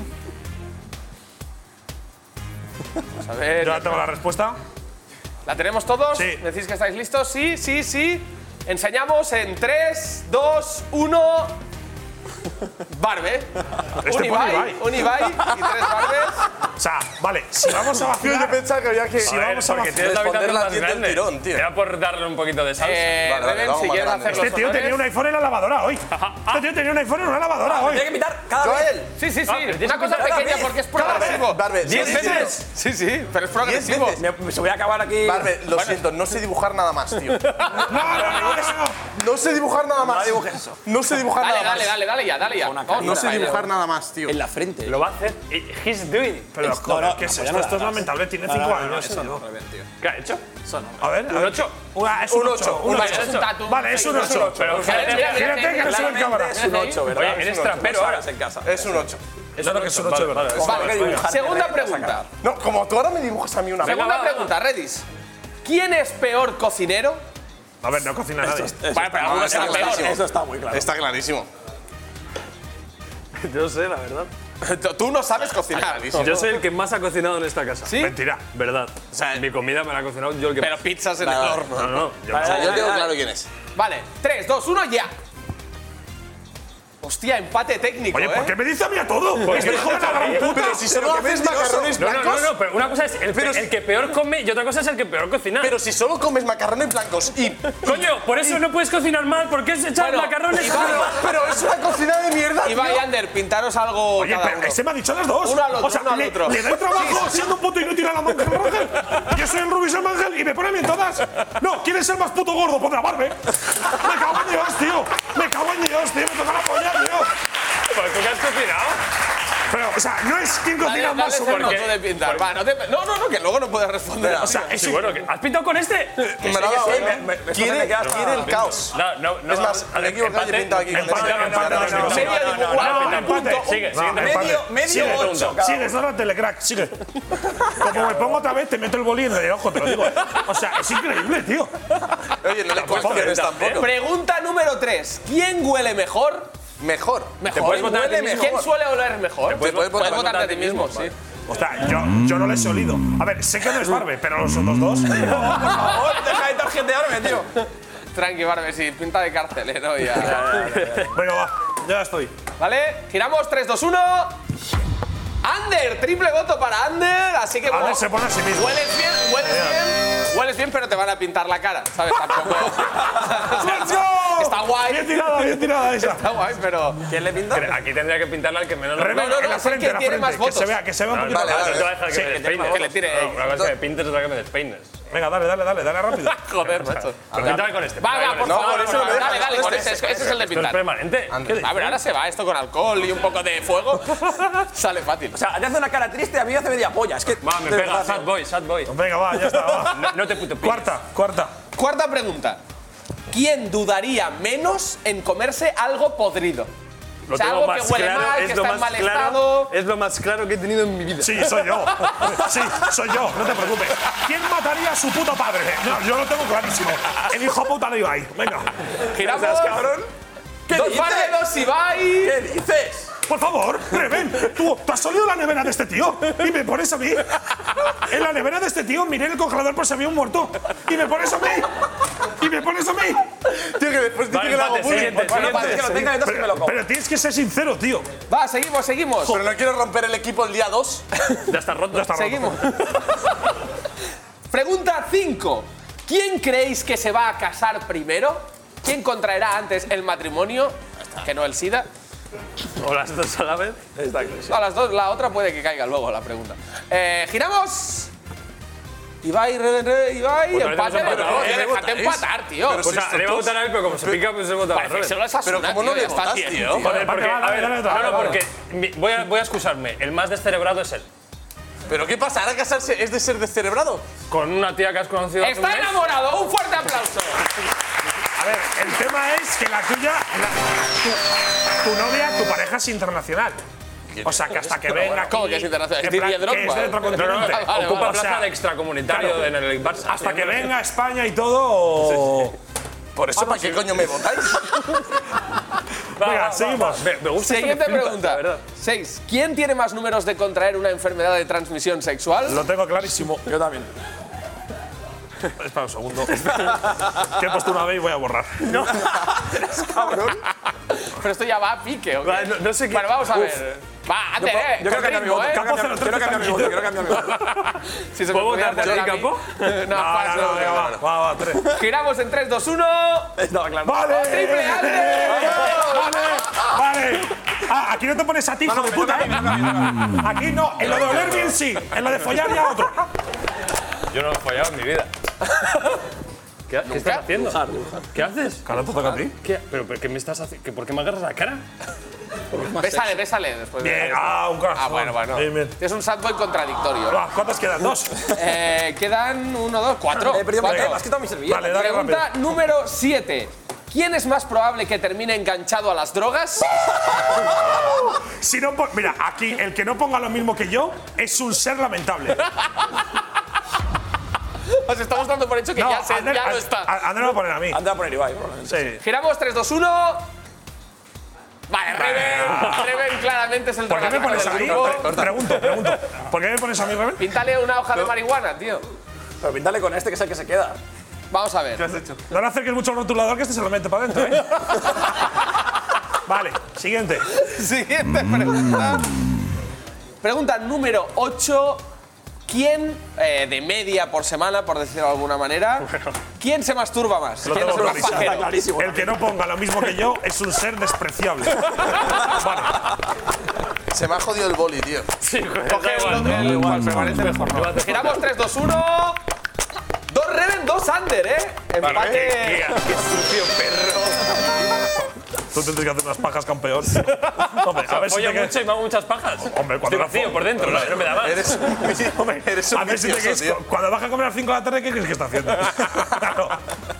Vamos a ver. Yo ya tengo la respuesta. ¿La tenemos todos? Sí. ¿Decís que estáis listos? Sí. Enseñamos en 3, 2, 1. Barbe. Un Ibai y 3 Barbes. O sea, vale, si vamos a vacilar… Yo pensaba que había que… Si vamos a Porque tienes la responder habitación la más tienda del grande. tirón, tío. Era por darle un poquito de salsa. Reven, vamos si más quieres grande. hacer los Este tío honores. tenía un iPhone en la lavadora hoy. Este tío tenía un iPhone en una lavadora hoy. Tiene que pintar cada vez. Sí. pero Una cosa cada pequeña vez. porque es progresivo. Barbe, 10 veces. Sí, pero es progresivo. 10 veces. Se voy a acabar aquí. Barbe, lo siento, no sé dibujar nada más, tío. No. No sé dibujar nada más. No dibujes eso. No sé dibujar nada más. Dale ya. Vamos No a sé ver. dibujar nada más, tío. En la frente. Lo va a hacer. He's doing it. Pero, joder, ¿qué es esto? Esto es lamentable, tiene 5 años. Eso no, Reven, tío. ¿Qué ha hecho? A ver, ¿Un 8? Es un 8. Vale, es un tatu. Vale, es un 8. Pero Fíjate que no se ve en cámara. Es un 8, ¿verdad? Oye, eres trapero ahora. En casa. Es un 8. Claro que es un 8 de verdad. Vale, segunda pregunta. No, como tú ahora me dibujas a mí una Segunda pregunta, Redis. ¿Quién es peor cocinero? A ver, no cocina nadie. Vale, pero alguno será peor. Eso está muy claro. Está clarísimo. Yo sé, la verdad. Tú no sabes cocinar. Yo soy el que más ha cocinado en esta casa. ¿Sí? Mentira. Verdad. O sea, mi comida me la ha cocinado yo el que Pero pizzas en el horno. No. Yo tengo claro quién es. Vale, 3, 2, 1, ya. Hostia, empate técnico, Oye, ¿por qué me dice a mí a todo? Este hijo de la gran puta. Pero si solo haces macarrones blancos… No, pero una cosa es el que peor come y otra cosa es el que peor cocina. Pero si solo comes macarrones blancos y… Coño, por eso no puedes cocinar mal, porque es echar Bueno, macarrones… Pero es una cocina de mierda, tío. Ibai y Ander, pintaros algo Oye, cada pero uno. este me ha dicho las dos. Uno al otro, o sea, uno al otro. le doy trabajo siendo un puto inútil a la Ángel Rangel. Yo soy el Rubis Ángel y me pone a mí en todas. No, ¿quieres ser más puto gordo? Ponte la Barbe. Me cago en Dios, tío. Me toca la polla, tío. ¿Pero tú qué has cocinado? Pero, o sea, no es quién cocina más o menos. de pintar. Va, no, que luego no puedes responder. O sea, es Bueno, ¿has pintado con este? Me lo ha dado, quiere el caos. No. Es más, me he equivocado y he pintado aquí con este. Sigue. Medio 8. Sigue, solo telecrack, sigue. Como me pongo otra vez, te meto el bolí en el ojo, te lo digo. O sea, es increíble, tío. Oye, no le cuestiones tampoco. Pregunta número 3. ¿Quién huele mejor? Mejor. Mejor. puedes votar a ti ¿Huele mismo. ¿Quién suele oler mejor? Puedes votar a ti mismo, sí. O sea, yo no les he olido. A ver, sé que no es Barbe, pero los otros dos. Por favor, deja de tarjetearme, tío. Tranqui, Barbe, sí, pinta de carcelero ya. Venga, va, ya estoy. ¿Vale? Giramos, 3, 2, 1. Ander, triple voto para Ander, así que Ander se pone a sí mismo. Hueles bien, pero te van a pintar la cara, ¿sabes? Tampoco. Está guay, Bien tirada esa. Está guay, pero. ¿Quién le pinta? Aquí tendría que pintarle al que menos... Reven, en la frente, votos. que se vea un poquito. Vale, No te voy a dejar que me despeines. que le tire. Una cosa es que me pintes, otra que me despeines. Venga, dale rápido. Joder, macho. Píntame con este. Va, por favor, eso no me dejas. dale, con ese es el de ¿Esto es pintar. permanente? A ver, ahora se va esto con alcohol y un poco de fuego. Sale fácil. O sea, te hace una cara triste, a mí me hace media polla. Es que. Va, me pega. Sad boy. Venga, va, ya está, va. No te puto pilles. Cuarta pregunta. ¿Quién dudaría menos en comerse algo podrido? Lo O sea, tengo algo que más huele claro, mal, que está en mal estado. Es lo más claro que he tenido en mi vida. Sí, soy yo. No te preocupes. ¿Quién mataría a su puto padre? No, yo lo tengo clarísimo. El hijo puta de Ibai. Venga. Giramos. cabrón? ¿Qué Dos dices? paredos, Ibai. ¿Qué dices? Por favor, Reven, tú has olido la nevera de este tío y me pones a mí. En la nevera de este tío miré en el congelador por si había un muerto y me pones a mí. Tío, que después dice que le hago bullying. Bueno, para que lo tenga detrás que me lo como. Pero tienes que ser sincero, tío. Va, seguimos. Pero no quiero romper el equipo el día 2. Ya está roto. Seguimos. Pregunta 5. ¿Quién creéis que se va a casar primero? ¿Quién contraerá antes el matrimonio? Que no el SIDA. O las dos a la vez. No, las dos, la otra puede que caiga luego la pregunta. Giramos. Ibai, Pues empate. Déjate empatar, tío. O sea, le iba a votar a él, pero como se pica, pues se vota a Parece que solo es Asuna, Pero ¿cómo no tío, le ya está, votas, tío. tío? Joder, porque, a ver, dale, porque voy a excusarme. El más descerebrado es él. ¿Pero qué pasa? ¿Ahora casarse es de ser descerebrado? Con una tía que has conocido hace un Está mes. enamorado. Un fuerte aplauso. A ver, el tema es que la tuya, tu novia, tu pareja es internacional. O sea, que hasta que venga aquí… ¿Cómo que es internacional? que Es Didier Drogba. que es de otro No, continente. vale, ocupa O plaza sea, de extracomunitario claro, en el Barça. Hasta que venga a España y todo… Por eso, ¿para qué coño me votáis? Venga, seguimos. Me gusta Siguiente esto que flipas, pregunta. la verdad. 6. ¿Quién tiene más números de contraer una enfermedad de transmisión sexual? Lo tengo clarísimo. Yo también. Espera un segundo. Que he puesto una vez y voy a borrar. No. Cabrón. Pero esto ya va a pique, ¿o qué? No sé qué. Bueno, vamos a ver. Va, ate, Yo creo que cambia mi voto. Quiero cambiar mi voto. Si se ¿Puedo me ocurriera votar por hacer ti, a mí. Campo? No, Va, 3. Giramos en 3, 2, 1. Estaba claro. ¡Vale! ¡Triple, Ander! ¡Vale! Ah, aquí no te pones a ti, hijo de puta. Aquí no, en lo de oler bien sí, en lo de follar ya otro. Yo no he fallado en mi vida. ¿Qué estás haciendo? ¿Qué haces? Cara, te toca a ti. ¿Qué? ¿Pero qué me estás haciendo? ¿Por qué me agarras la cara? Bésale después de… Bien, un corazón. bueno. Bien. Es un sad boy contradictorio. Va, ¿cuántas quedan? 2. Quedan 1, 2, 4. Pero yo me has quitado mi servilleta. Vale, dale Pregunta rápido. número 7. ¿Quién es más probable que termine enganchado a las drogas? Si no, mira, aquí el que no ponga lo mismo que yo es un ser lamentable. Os estamos dando por hecho que ya no está. André lo va a poner a mí. André va a poner Ibai, probablemente. Sí. Giramos 3, 2, 1. Vale, Reven claramente es el ¿Por qué me drogadicto pones a del mí? grupo. Pregunto. ¿Por qué me pones a mí, Reven? Píntale una hoja de marihuana, tío. Pero píntale con este que es el que se queda. Vamos a ver. ¿Qué has hecho? No le acerques mucho al rotulador que este se lo mete para adentro, ¿eh? Vale, siguiente. Siguiente pregunta. Pregunta número 8. ¿Quién, de media por semana, por decirlo de alguna manera, quién se masturba más? Lo ¿Quién tengo es más pajero? clarísimo. El que no ponga lo mismo que yo es un ser despreciable. Vale. Se me ha jodido el boli, tío. Sí, Coge el igual, me parece mejor. ¿No? Giramos 3, 2, 1. 2 Reven, 2 Ander, ¿eh? Empate. Qué sucio perro. Tú tendrías que hacer unas pajas, campeón. Hombre, a ver si Oye, te mucho y me hago muchas pajas. Hombre, cuando Estoy vacío por dentro, no me da más. Eres un a ver si te vicioso, quedas, tío. cuando vas a comer a las 5 de la tarde, ¿qué crees que está haciendo? Claro.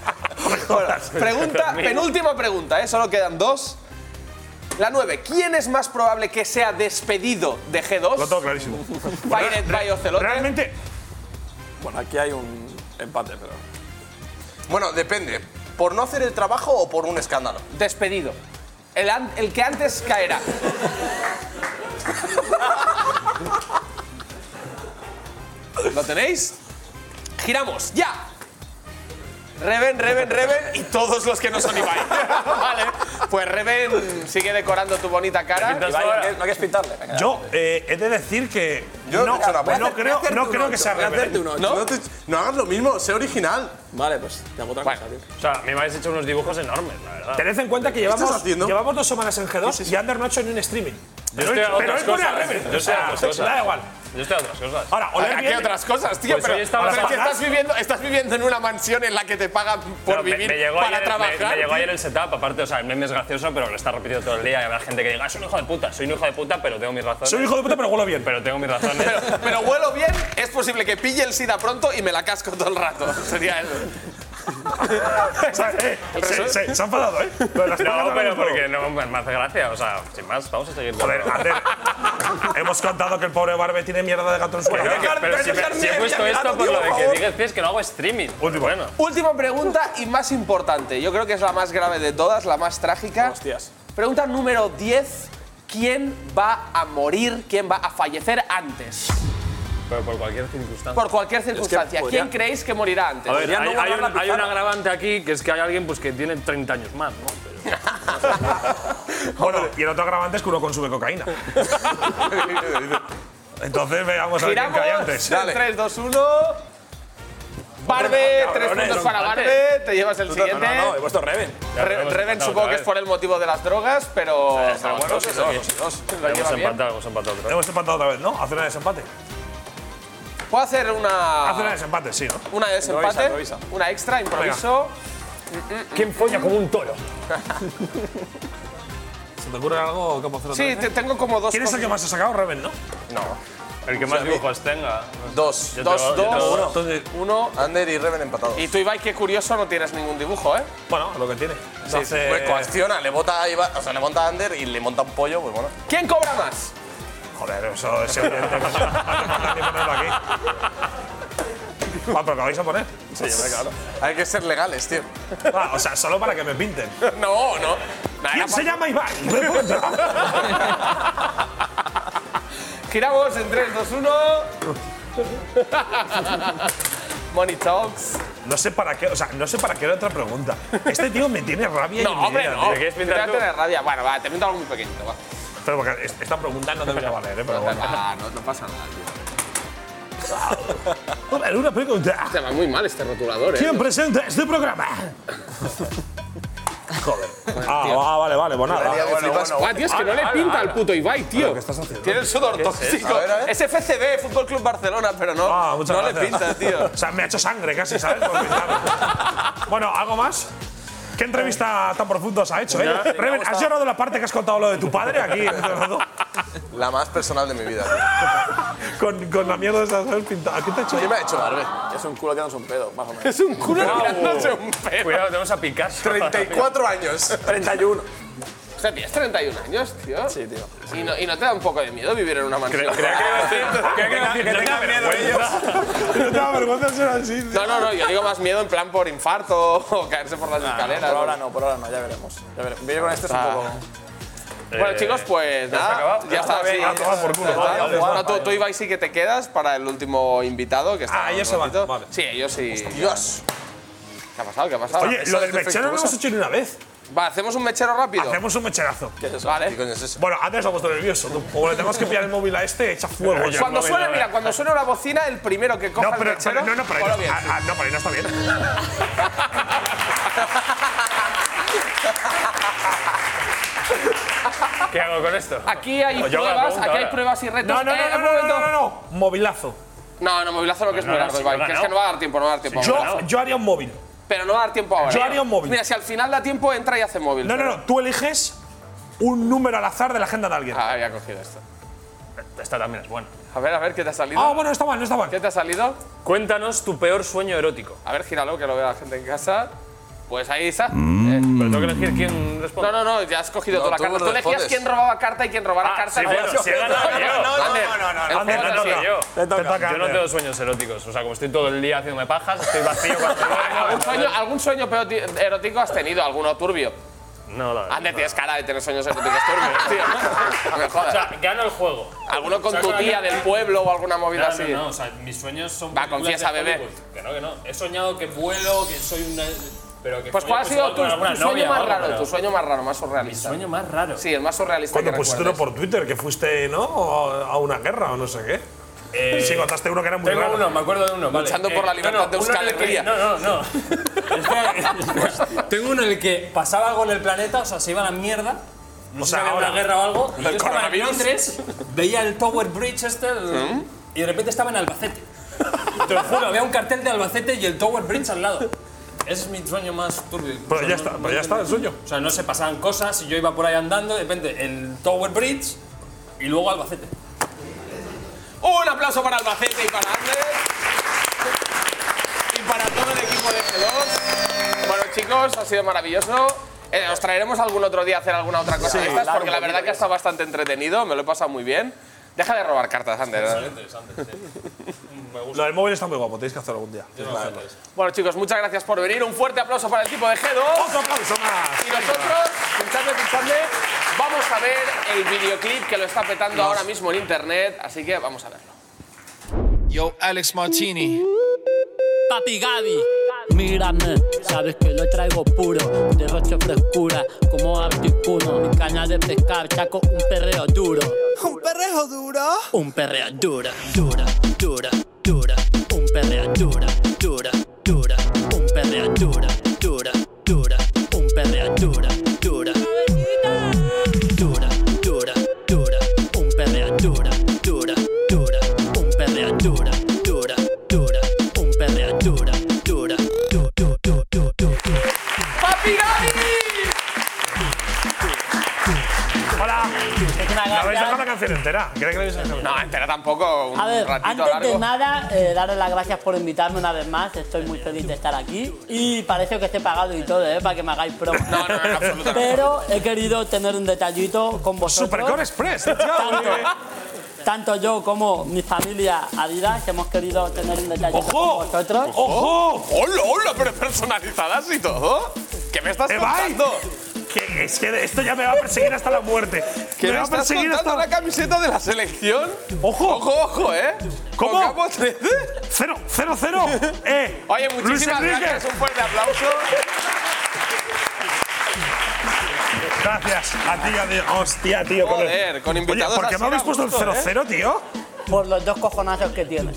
Penúltima pregunta, ¿eh? Solo quedan 2. La 9. ¿Quién es más probable que sea despedido de G2? Lo tengo clarísimo. Fired by Ocelote. Realmente, Bueno, aquí hay un empate, pero. Bueno, depende. ¿Por no hacer el trabajo o por un escándalo? Despedido. El que antes caerá. ¿Lo tenéis? Giramos, ya. Reven y todos los que no son Ibai. Vale. Pues Reven sigue decorando tu bonita cara. Ibai, no quieres pintarle. Venga, Yo he de decir que Yo no creo que sea Reven. No hagas lo mismo, sé original. Vale, pues te hago otra cosa, tío. O sea, a mí me habéis hecho unos dibujos enormes, la verdad. Tened en cuenta que estás haciendo? llevamos 2 semanas en G2 y Ander no ha hecho ni un streaming. Yo estoy a Pero otras él pone a cosas. Reven. Yo estoy a otras cosas. Da igual. Yo estoy a otras cosas. Ahora, oler ¿Qué bien. otras cosas, tío? Pues pero hoy estaba pero es que trabajando. estás viviendo en una mansión en la que te pagan por No, vivir me llegó para ayer, trabajar. me llegó tío. ayer el setup, aparte, o sea, el meme es gracioso, pero lo está repitiendo todo el día y habrá gente que diga, soy un hijo de puta, soy un hijo de puta, pero tengo mis razones. Soy un hijo de puta, pero huelo bien. Pero tengo mis razones. Pero huelo bien, es posible que pille el SIDA pronto y me la casco todo el rato. Sería eso. Se ha enfadado, ¿eh? No, pero porque no me hace gracia, o sea, sin más, vamos a seguir. Joder, Ander, hemos contado que el pobre Barbe tiene mierda de gato en su cara. Pero si he puesto esto por lo de que dices que no hago streaming. Bueno. Última pregunta y más importante. Yo creo que es la más grave de todas, la más trágica. Hostias. Pregunta número 10. ¿Quién va a morir? ¿Quién va a fallecer antes? Pero por cualquier circunstancia. Por cualquier circunstancia. podría- ¿Quién creéis que morirá antes? A ver, Podrían no guardar la hay pizarra. un agravante aquí, que es que hay alguien pues, que tiene 30 años más, ¿no? Pero- Bueno, y el otro agravante es que uno consume cocaína. Entonces veamos a ver quién Giramos. cae antes. En 3, 2, 1. Barbe, 3 puntos para Barbe. Te llevas el siguiente. No, he puesto Reven. Reven supongo que es por el motivo de las drogas, pero bueno, sí, sí. Lo Hemos lleva bien. empatado otra vez. Hemos empatado otra vez, ¿no? Hace una de desempate. ¿Puedo hacer una Hace una de desempate, sí, ¿no? una de desempate? Improvisa. Una extra, improviso. ¿Quién folla como un toro? ¿Se te ocurre algo que puedo hacer Sí, otra vez? tengo como dos. ¿Quién es el que más ha sacado? Reven, ¿no? No. El que más dibujos tenga. 2. Yo tengo uno. Entonces, Uno. Ander y Reven empatados. Y tú, Ibai, qué curioso, no tienes ningún dibujo, ¿eh? bueno, lo que tiene. Entonces, Pues coacciona, le bota a Ibai, o sea, le monta a Ander y le monta un pollo, pues bueno. ¿Quién cobra más? joder, eso es evidente. No hace falta ni ponerlo aquí. ¿Pero qué vais a poner? Sí, claro. Hay que ser legales, tío. Ah, o sea, solo para que me pinten. No. ¿Quién se llama Ibai? Giramos en 3, 2, 1. Money Talks. No sé para qué, o sea, no sé para qué era otra pregunta. Este tío me tiene rabia y No, hombre, envidia, no. tío. ¿Quieres pintar tú? Tener rabia. Bueno, va, te pinto algo muy pequeñito, va. Pero porque esta pregunta no debería valer, pero bueno. No pasa nada, tío. A ver, una pregunta. Te va muy mal este rotulador, ¿Quién presenta este programa? Joder. Vale, pues nada. Buah, tío, es que no le pinta al puto Ibai, tío. ¿Qué estás haciendo? Tiene el sudor tóxico. A ver. Es FCB, Fútbol Club Barcelona, pero no, Muchas no le gracias. pinta, tío. O sea, me ha hecho sangre casi, ¿sabes? Por pintarlo. Bueno, ¿algo más? ¿Qué entrevista tan profunda os ha hecho, eh? Reven, ¿has llorado la parte que has contado lo de tu padre aquí? La más personal de mi vida, tío. Con la mierda esa, ¿sabes? Pintada. ¿Qué te ha hecho? ¿Qué me ha hecho Barbe? Es un culo tirándose un pedo, más o menos. Es un culo tirándose un pedo. Cuidado, tenemos a Picasso. 34 años. 31. O sea, tienes 31 años, tío. Sí, tío. ¿Y no te da un poco de miedo vivir en una mansión? Que tenga miedo ellos. No te da vergüenza ser así. No, yo digo más miedo en plan por infarto o caerse por las escaleras. Por ahora no, ya veremos. Vivir con este es un poco… Bueno, chicos, pues nada, ya está. bien, Sí, ya está, por culo. Bueno, tú, Ibai, sí que te quedas para el último invitado que está. Ellos se van, vale. Sí, ellos sí. Dios. ¿Qué ha pasado? ¿Qué ha pasado? Oye, lo del mechero no lo hemos hecho ni una vez. Va, ¿hacemos un mechero rápido? Hacemos un mecherazo. Vale. ¿Qué coño es eso? Bueno, antes se ha puesto nervioso. Como le tenemos que pillar el móvil a este, echa fuego. Cuando suene, mira, cuando suene una bocina, el primero que coja No, pero el mechero… no, pero ponlo bien. no, pero ahí no está bien. ¿Qué hago con esto? Aquí hay O yo hago la pruebas, pregunta aquí hay ahora. pruebas y retos. No. Un momento. Movilazo. No, movilazo no, que es muy largo, sí, Ibai. no, Que es no. que no va a dar tiempo, Yo haría un móvil. Pero no va a dar tiempo ahora. Yo haría un móvil. Mira, si al final da tiempo, entra y hace móvil. No. Tú eliges un número al azar de la agenda de alguien. Ah, había cogido esto. Esta también es buena. A ver, ¿qué te ha salido? Ah, bueno, no está mal. ¿Qué te ha salido? Cuéntanos tu peor sueño erótico. A ver, gíralo, que lo vea la gente en casa. Pues ahí está. Pero tengo que elegir quién responde. No, ya has cogido toda la tú carta. Tú elegías respondes. quién robaba carta y quién robara carta. sí, bueno, si he ganado yo. Ander, te toca. Yo. Te toca, Yo no Ander. tengo sueños eróticos. O sea, como estoy todo el día haciéndome pajas, estoy vacío cuando duermo. ¿Algún sueño erótico has tenido? ¿Alguno turbio? No, la verdad. Ander, tienes cara de tener sueños eróticos turbios, tío. No me O jodas. sea, gano el juego. ¿Alguno con ¿sabes tu con la tía que- del pueblo o alguna movida así? No, o sea, mis sueños son… Va, películas confiesa, de bebé. Hollywood. Que no. He soñado que vuelo, que soy una… Pues ¿cuál ha sido tu sueño más raro? Tu sueño más raro, más surrealista. Mi sueño más raro. Sí, el más surrealista. Cuando que pusiste uno por Twitter, que fuiste, ¿no? A una guerra o no sé qué. Sí, contaste uno que era muy tengo raro. uno, me acuerdo de uno. Luchando por la libertad de Euskal Herria. No. Tengo uno en el que pasaba algo en el planeta, o sea, se iba a la mierda. No sé si había una guerra o algo. Y yo estaba en Londres, veía el Tower Bridge y de repente estaba en Albacete. Te lo juro, había un cartel de Albacete y el Tower Bridge al lado. Ese es mi sueño más turbio. Pero ya está el sueño. O sea, no se pasaban cosas y yo iba por ahí andando, de repente el Tower Bridge y luego Albacete. Un aplauso para Albacete y para Ander. Y para todo el equipo de G2. Bueno, chicos, ha sido maravilloso. Os traeremos algún otro día a hacer alguna otra cosa de estas, porque la verdad que ha estado bastante entretenido, me lo he pasado muy bien. Deja de robar cartas, Ander. Lo del móvil está muy guapo, tenéis que hacerlo algún día. Bueno, chicos, muchas gracias por venir. Un fuerte aplauso para el equipo de G2. ¡Otro aplauso más! Y nosotros, pinchadme, vamos a ver el videoclip que lo está petando ahora mismo en internet, así que vamos a verlo. Yo, Alex Martini. Papi Gaby, mírame, sabes que lo traigo puro, derrocho frescura, como articuno, mi caña de pescar, chaco, un perreo duro. ¿Un perreo duro? Un perreo dura, dura, dura, dura, un perreo dura, dura, dura, un perreo dura, dura, dura, un perreo dura, dura, dura, dura, dura, un perreo dura, dura, dura, un perreo dura, dura, dura, un perreo dura, dura, ¡Papi Gaby! Hola. ¿Me habéis dejado la canción entera? ¿Queréis que la canción? No, entera tampoco, un A ver, ratito antes largo. de nada, daros las gracias por invitarme una vez más. Estoy muy feliz de estar aquí. Y parece que esté pagado y todo, para que me hagáis promo. No, absolutamente. Pero he querido tener un detallito con vosotros. Supercore Express, Tanto yo como mi familia Adidas hemos querido tener un detallito con vosotros. ¡Ojo! ¡Hola, hola! Pero personalizadas y todo. ¿Qué me estás contando? Que es que esto ya me va a perseguir hasta la muerte. ¿Qué me va a estás perseguir contando la camiseta de la selección? ¡Ojo! ¡Ojo, ¿Cómo? ¿Con Capo 13? 0-0-0. Oye, muchísimas gracias. Un fuerte aplauso. Gracias a ti, hostia, tío. Joder, con invitados. Oye, ¿por qué me habéis puesto el 0-0, tío? Por los dos cojonazos que tienes.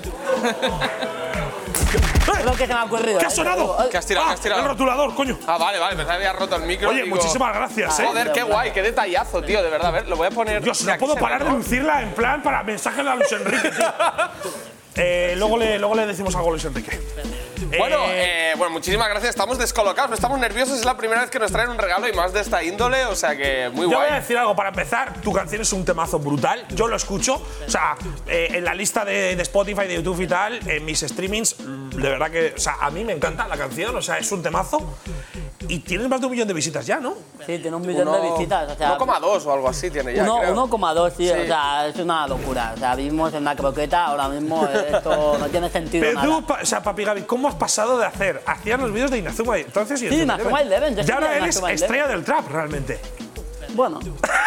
Es lo que se me ha ocurrido. ¿Qué ha sonado? ¿Qué has tirado? ¿Qué has tirado? El rotulador, coño. Ah, vale, pensaba que había roto el micro. Oye, muchísimas gracias, Joder, qué guay, qué detallazo, tío, de verdad. A ver, lo voy a poner. Dios, no puedo parar de lucirla en plan para mensaje a Luis Enrique, tío. Luego le decimos algo a Luis Enrique. Bueno, muchísimas gracias. Estamos descolocados, estamos nerviosos. Es la primera vez que nos traen un regalo y más de esta índole, o sea que muy Yo guay. voy a decir algo para empezar. Tu canción es un temazo brutal. Yo lo escucho. O sea, en la lista de Spotify, de YouTube y tal, en mis streamings, de verdad que. O sea, a mí me encanta la canción. O sea, es un temazo. Y tienes más de 1 millón de visitas ya, ¿no? Sí, tiene 1 millón de visitas. O sea, 1,2 o algo así tiene ya. 1,2, sí, Sí. o sea, es una locura. O sea, vivimos en una croqueta, ahora mismo esto no tiene sentido. Pero nada. tú, o sea, Papi Gaby, ¿cómo has pasado de hacer? Hacías los vídeos de Inazuma entonces y Sí, Inazuma Eleven, yo Y ahora estoy en eres Inazuma estrella del trap, realmente. Bueno.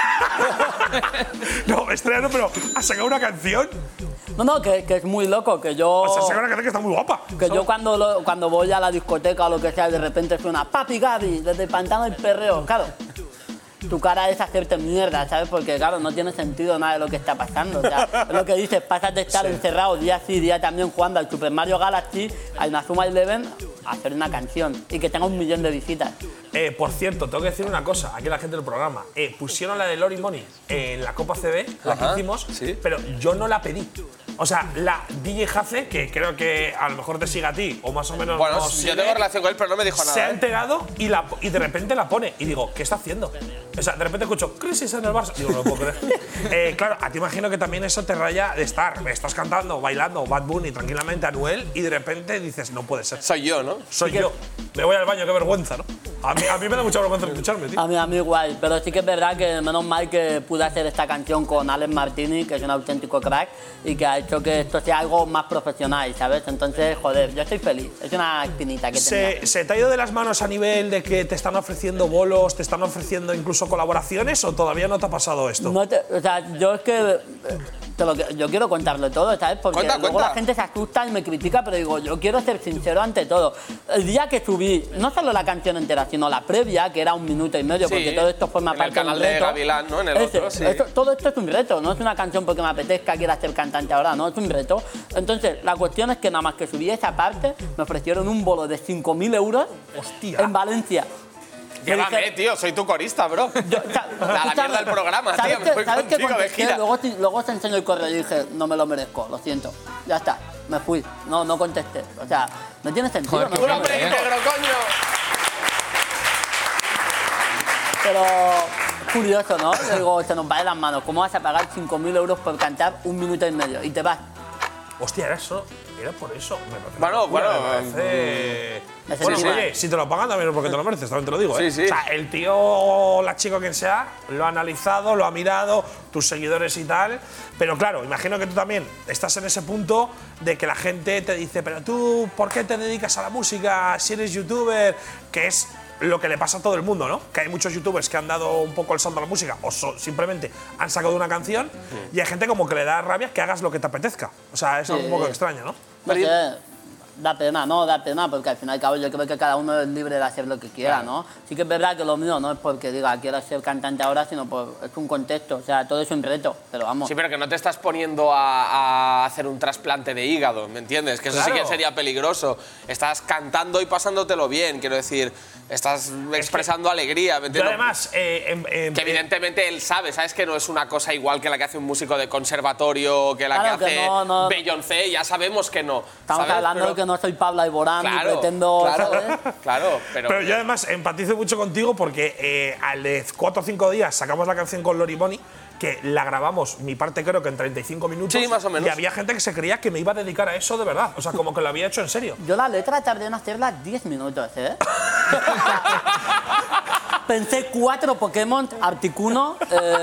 No, estrella no, pero has sacado una canción. No, que es muy loco, que yo. O sea, has sacado una canción que está muy guapa. Que yo cuando voy a la discoteca o lo que sea, de repente suena Papi Gaby, desde el pantano del perreo. Claro, tu cara es hacerte mierda, ¿sabes? Porque, claro, no tiene sentido nada de lo que está pasando. O sea, es lo que dices, pasas de estar encerrado día sí, día también jugando al Super Mario Galaxy, a Inazuma Eleven, a hacer una canción y que tenga 1 millón de visitas. Por cierto, tengo que decir una cosa, aquí la gente del programa. Pusieron la de Lori Money en la Copa CB, la que hicimos, pero yo no la pedí. O sea, la DJ Jace, que creo que a lo mejor te sigue a ti, o más o menos. Bueno, no yo sigue, tengo relación con él, pero no me dijo nada. se ha enterado y de repente la pone. Y digo, ¿qué está haciendo? O sea, de repente escucho, crisis en el Barça. Digo, no lo puedo creer. Claro, a ti imagino que también eso te raya de estás cantando, bailando Bad Bunny tranquilamente, Anuel, y de repente dices, no puede ser. Soy yo, ¿no? Soy yo. Me voy al baño, qué vergüenza, ¿no? A mí me da mucha vergüenza escucharme, tío. A mí igual, pero sí que es verdad que menos mal que pude hacer esta canción con Alex Martini, que es un auténtico crack, y que ha hecho que esto sea algo más profesional, ¿sabes? Entonces, joder, yo estoy feliz. Es una espinita que tenía. ¿Se te ha ido de las manos a nivel de que te están ofreciendo bolos, te están ofreciendo incluso colaboraciones o todavía no te ha pasado esto? O sea, yo es que yo quiero contarlo todo, ¿sabes? Porque luego la gente se asusta y me critica, pero digo, yo quiero ser sincero ante todo. El día que subí, no solo la canción entera, sino la previa, que era 1 minuto y medio, porque todo esto forma parte del reto. En el canal de Gavilán, ¿no? En el otro, sí. Todo esto es un reto, no es una canción porque me apetezca, quiera ser cantante ahora, no, es un reto. Entonces, la cuestión es que nada más que subí esa parte, me ofrecieron un bolo de 5.000 euros en Valencia. Llévame, tío, soy tu corista, bro. La mierda del programa, tío. Me voy contigo de gira. Luego te enseño el correo y dije, no me lo merezco, lo siento. Ya está, me fui. No contesté. O sea, no tiene sentido. Joder, no ¡un hombre íntegro, coño! Pero curioso, ¿no? Yo digo, se nos va de las manos. ¿Cómo vas a pagar 5.000 euros por cantar 1 minuto y medio? Y te vas. Hostia, era por eso. Bueno. Bueno, oye, si te lo pagan también es porque te lo mereces, también te lo digo, ¿eh? Sí. O sea, el tío o la chica, quien sea, lo ha analizado, lo ha mirado, tus seguidores y tal. Pero claro, imagino que tú también estás en ese punto de que la gente te dice, pero tú, ¿por qué te dedicas a la música si eres youtuber? Que es lo que le pasa a todo el mundo, ¿no? Que hay muchos youtubers que han dado un poco el salto a la música o simplemente han sacado una canción y hay gente como que le da rabia que hagas lo que te apetezca. O sea, es un poco extraño, ¿no? No sé, da pena, porque al fin y al cabo yo creo que cada uno es libre de hacer lo que quiera, ¿no? Sí que es verdad que lo mío no es porque diga quiero ser cantante ahora, sino es un contexto, o sea, todo es un reto, pero vamos. Sí, pero que no te estás poniendo a hacer un trasplante de hígado, ¿me entiendes? Que eso sí que sería peligroso. Estás cantando y pasándotelo bien, quiero decir, estás expresando alegría, ¿me entiendes? Y además, que evidentemente él sabe, ¿sabes? Que no es una cosa igual que la que hace un músico de conservatorio, que la que hace Beyoncé, ya sabemos que no. Estamos hablando de que no soy Pablo Alborán y pretendo, ¿sabes? Claro, pero yo además empatizo mucho contigo porque al de 4 o 5 días sacamos la canción con Lori Boni, que la grabamos, mi parte creo que en 35 minutos. Sí, más o menos. Y había gente que se creía que me iba a dedicar a eso de verdad. O sea, como que lo había hecho en serio. Yo la letra tardé en hacerla 10 minutos, ¿eh? Pensé 4 Pokémon, Articuno.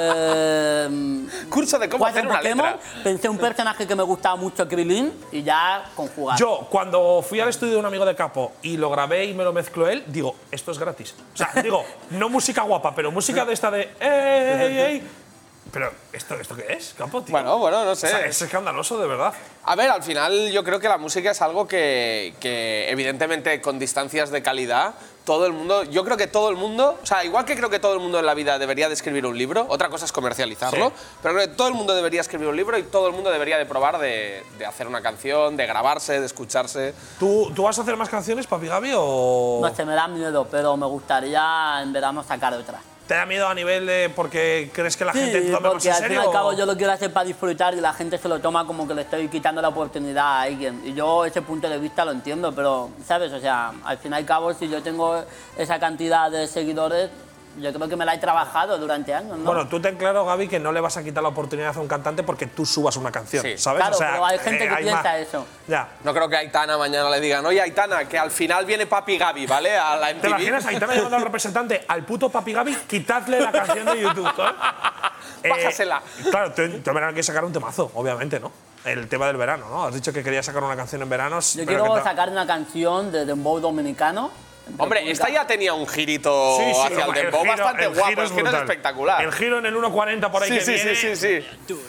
Curso de cómo hacer una Pokémon, letra. Pensé un personaje que me gustaba mucho, Krilin, y ya conjugar. Yo, cuando fui al estudio de un amigo de Capo y lo grabé y me lo mezcló él, digo, esto es gratis. O sea, digo, no música guapa, pero música de esta de ¡ey! Pero, ¿esto qué es, Capo, tío? Bueno, no sé. O sea, es escandaloso, de verdad. A ver, al final yo creo que la música es algo que evidentemente con distancias de calidad, todo el mundo, yo creo que todo el mundo, o sea, igual que creo que todo el mundo en la vida debería de escribir un libro, otra cosa es comercializarlo, pero creo que todo el mundo debería escribir un libro y todo el mundo debería de probar de hacer una canción, de grabarse, de escucharse. ¿Tú vas a hacer más canciones, Papi Gaby, o...? No sé, me da miedo, pero me gustaría en verano sacar otra. ¿Te da miedo a nivel de porque crees que la gente te tome más en serio? Sí, porque al fin y al cabo yo lo quiero hacer para disfrutar y la gente se lo toma como que le estoy quitando la oportunidad a alguien. Y yo ese punto de vista lo entiendo, pero, ¿sabes? O sea, al fin y al cabo si yo tengo esa cantidad de seguidores, yo creo que me la he trabajado durante años, ¿no? Bueno, tú ten claro, Gaby, que no le vas a quitar la oportunidad a un cantante porque tú subas una canción, ¿sabes? Claro, o sea, pero hay gente que piensa eso. Ya. No creo que a Aitana mañana le digan, oye, Aitana, que al final viene Papi Gaby, ¿vale? A la MTV. ¿Te imaginas a Aitana llamando al representante, al puto Papi Gaby, quitadle la canción de YouTube, ¿sabes? Pásasela. Claro, tú verás que sacar un temazo, obviamente, ¿no? El tema del verano, ¿no? Has dicho que querías sacar una canción en verano. Yo quiero sacar una canción de dembow dominicano. Hombre, esta ya tenía un girito hacia el dembow bastante guapo, el giro es espectacular. El giro en el 1.40 por ahí que viene. Sí.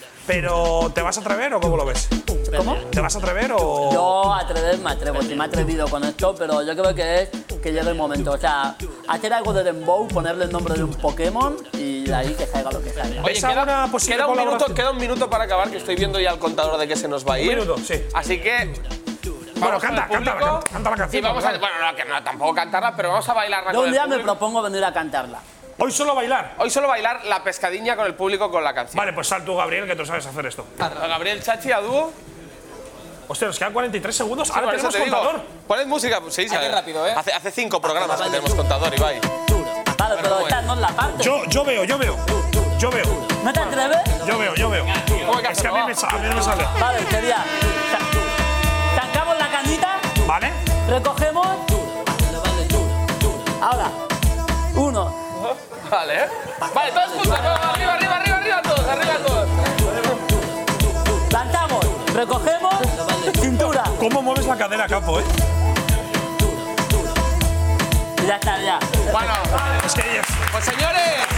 Pero, ¿te vas a atrever o cómo lo ves? ¿Cómo? ¿Te vas a atrever o...? Yo me atrevo, sí me he atrevido con esto, pero yo creo que es que llega el momento. O sea, hacer algo de dembow, ponerle el nombre de un Pokémon y de ahí que salga lo que salga. Oye, queda un minuto para acabar, que estoy viendo ya el contador de que se nos va a ir. Un minuto, sí. Así que... Bueno, canta la canción. Y vamos no, tampoco cantarla, pero vamos a bailarla. Yo un día me propongo venir a cantarla. ¿Hoy solo bailar? Hoy solo bailar la pescadilla con el público con la canción. Vale, pues sal tú, Gabriel, que tú sabes hacer esto. Gabriel, Chachi, a dúo. Hostia, nos quedan 43 segundos. Ahora tenemos contador. Poned música. Sí, rápido, ¿eh? Hace 5 programas que tenemos contador, Ibai. Vale, pero esta no es la parte. Yo veo. ¿No te atreves? Yo veo. Es que a mí me sale. Vale, sería... Sacamos la canita. Vale. Recogemos. Ahora, Vale, vale, todos juntos. Arriba, arriba, arriba, arriba todos, arriba todos. Plantamos, recogemos, cintura. ¿Cómo mueves la cadera, Capo, Ya está, ya. Bueno, es que pues señores,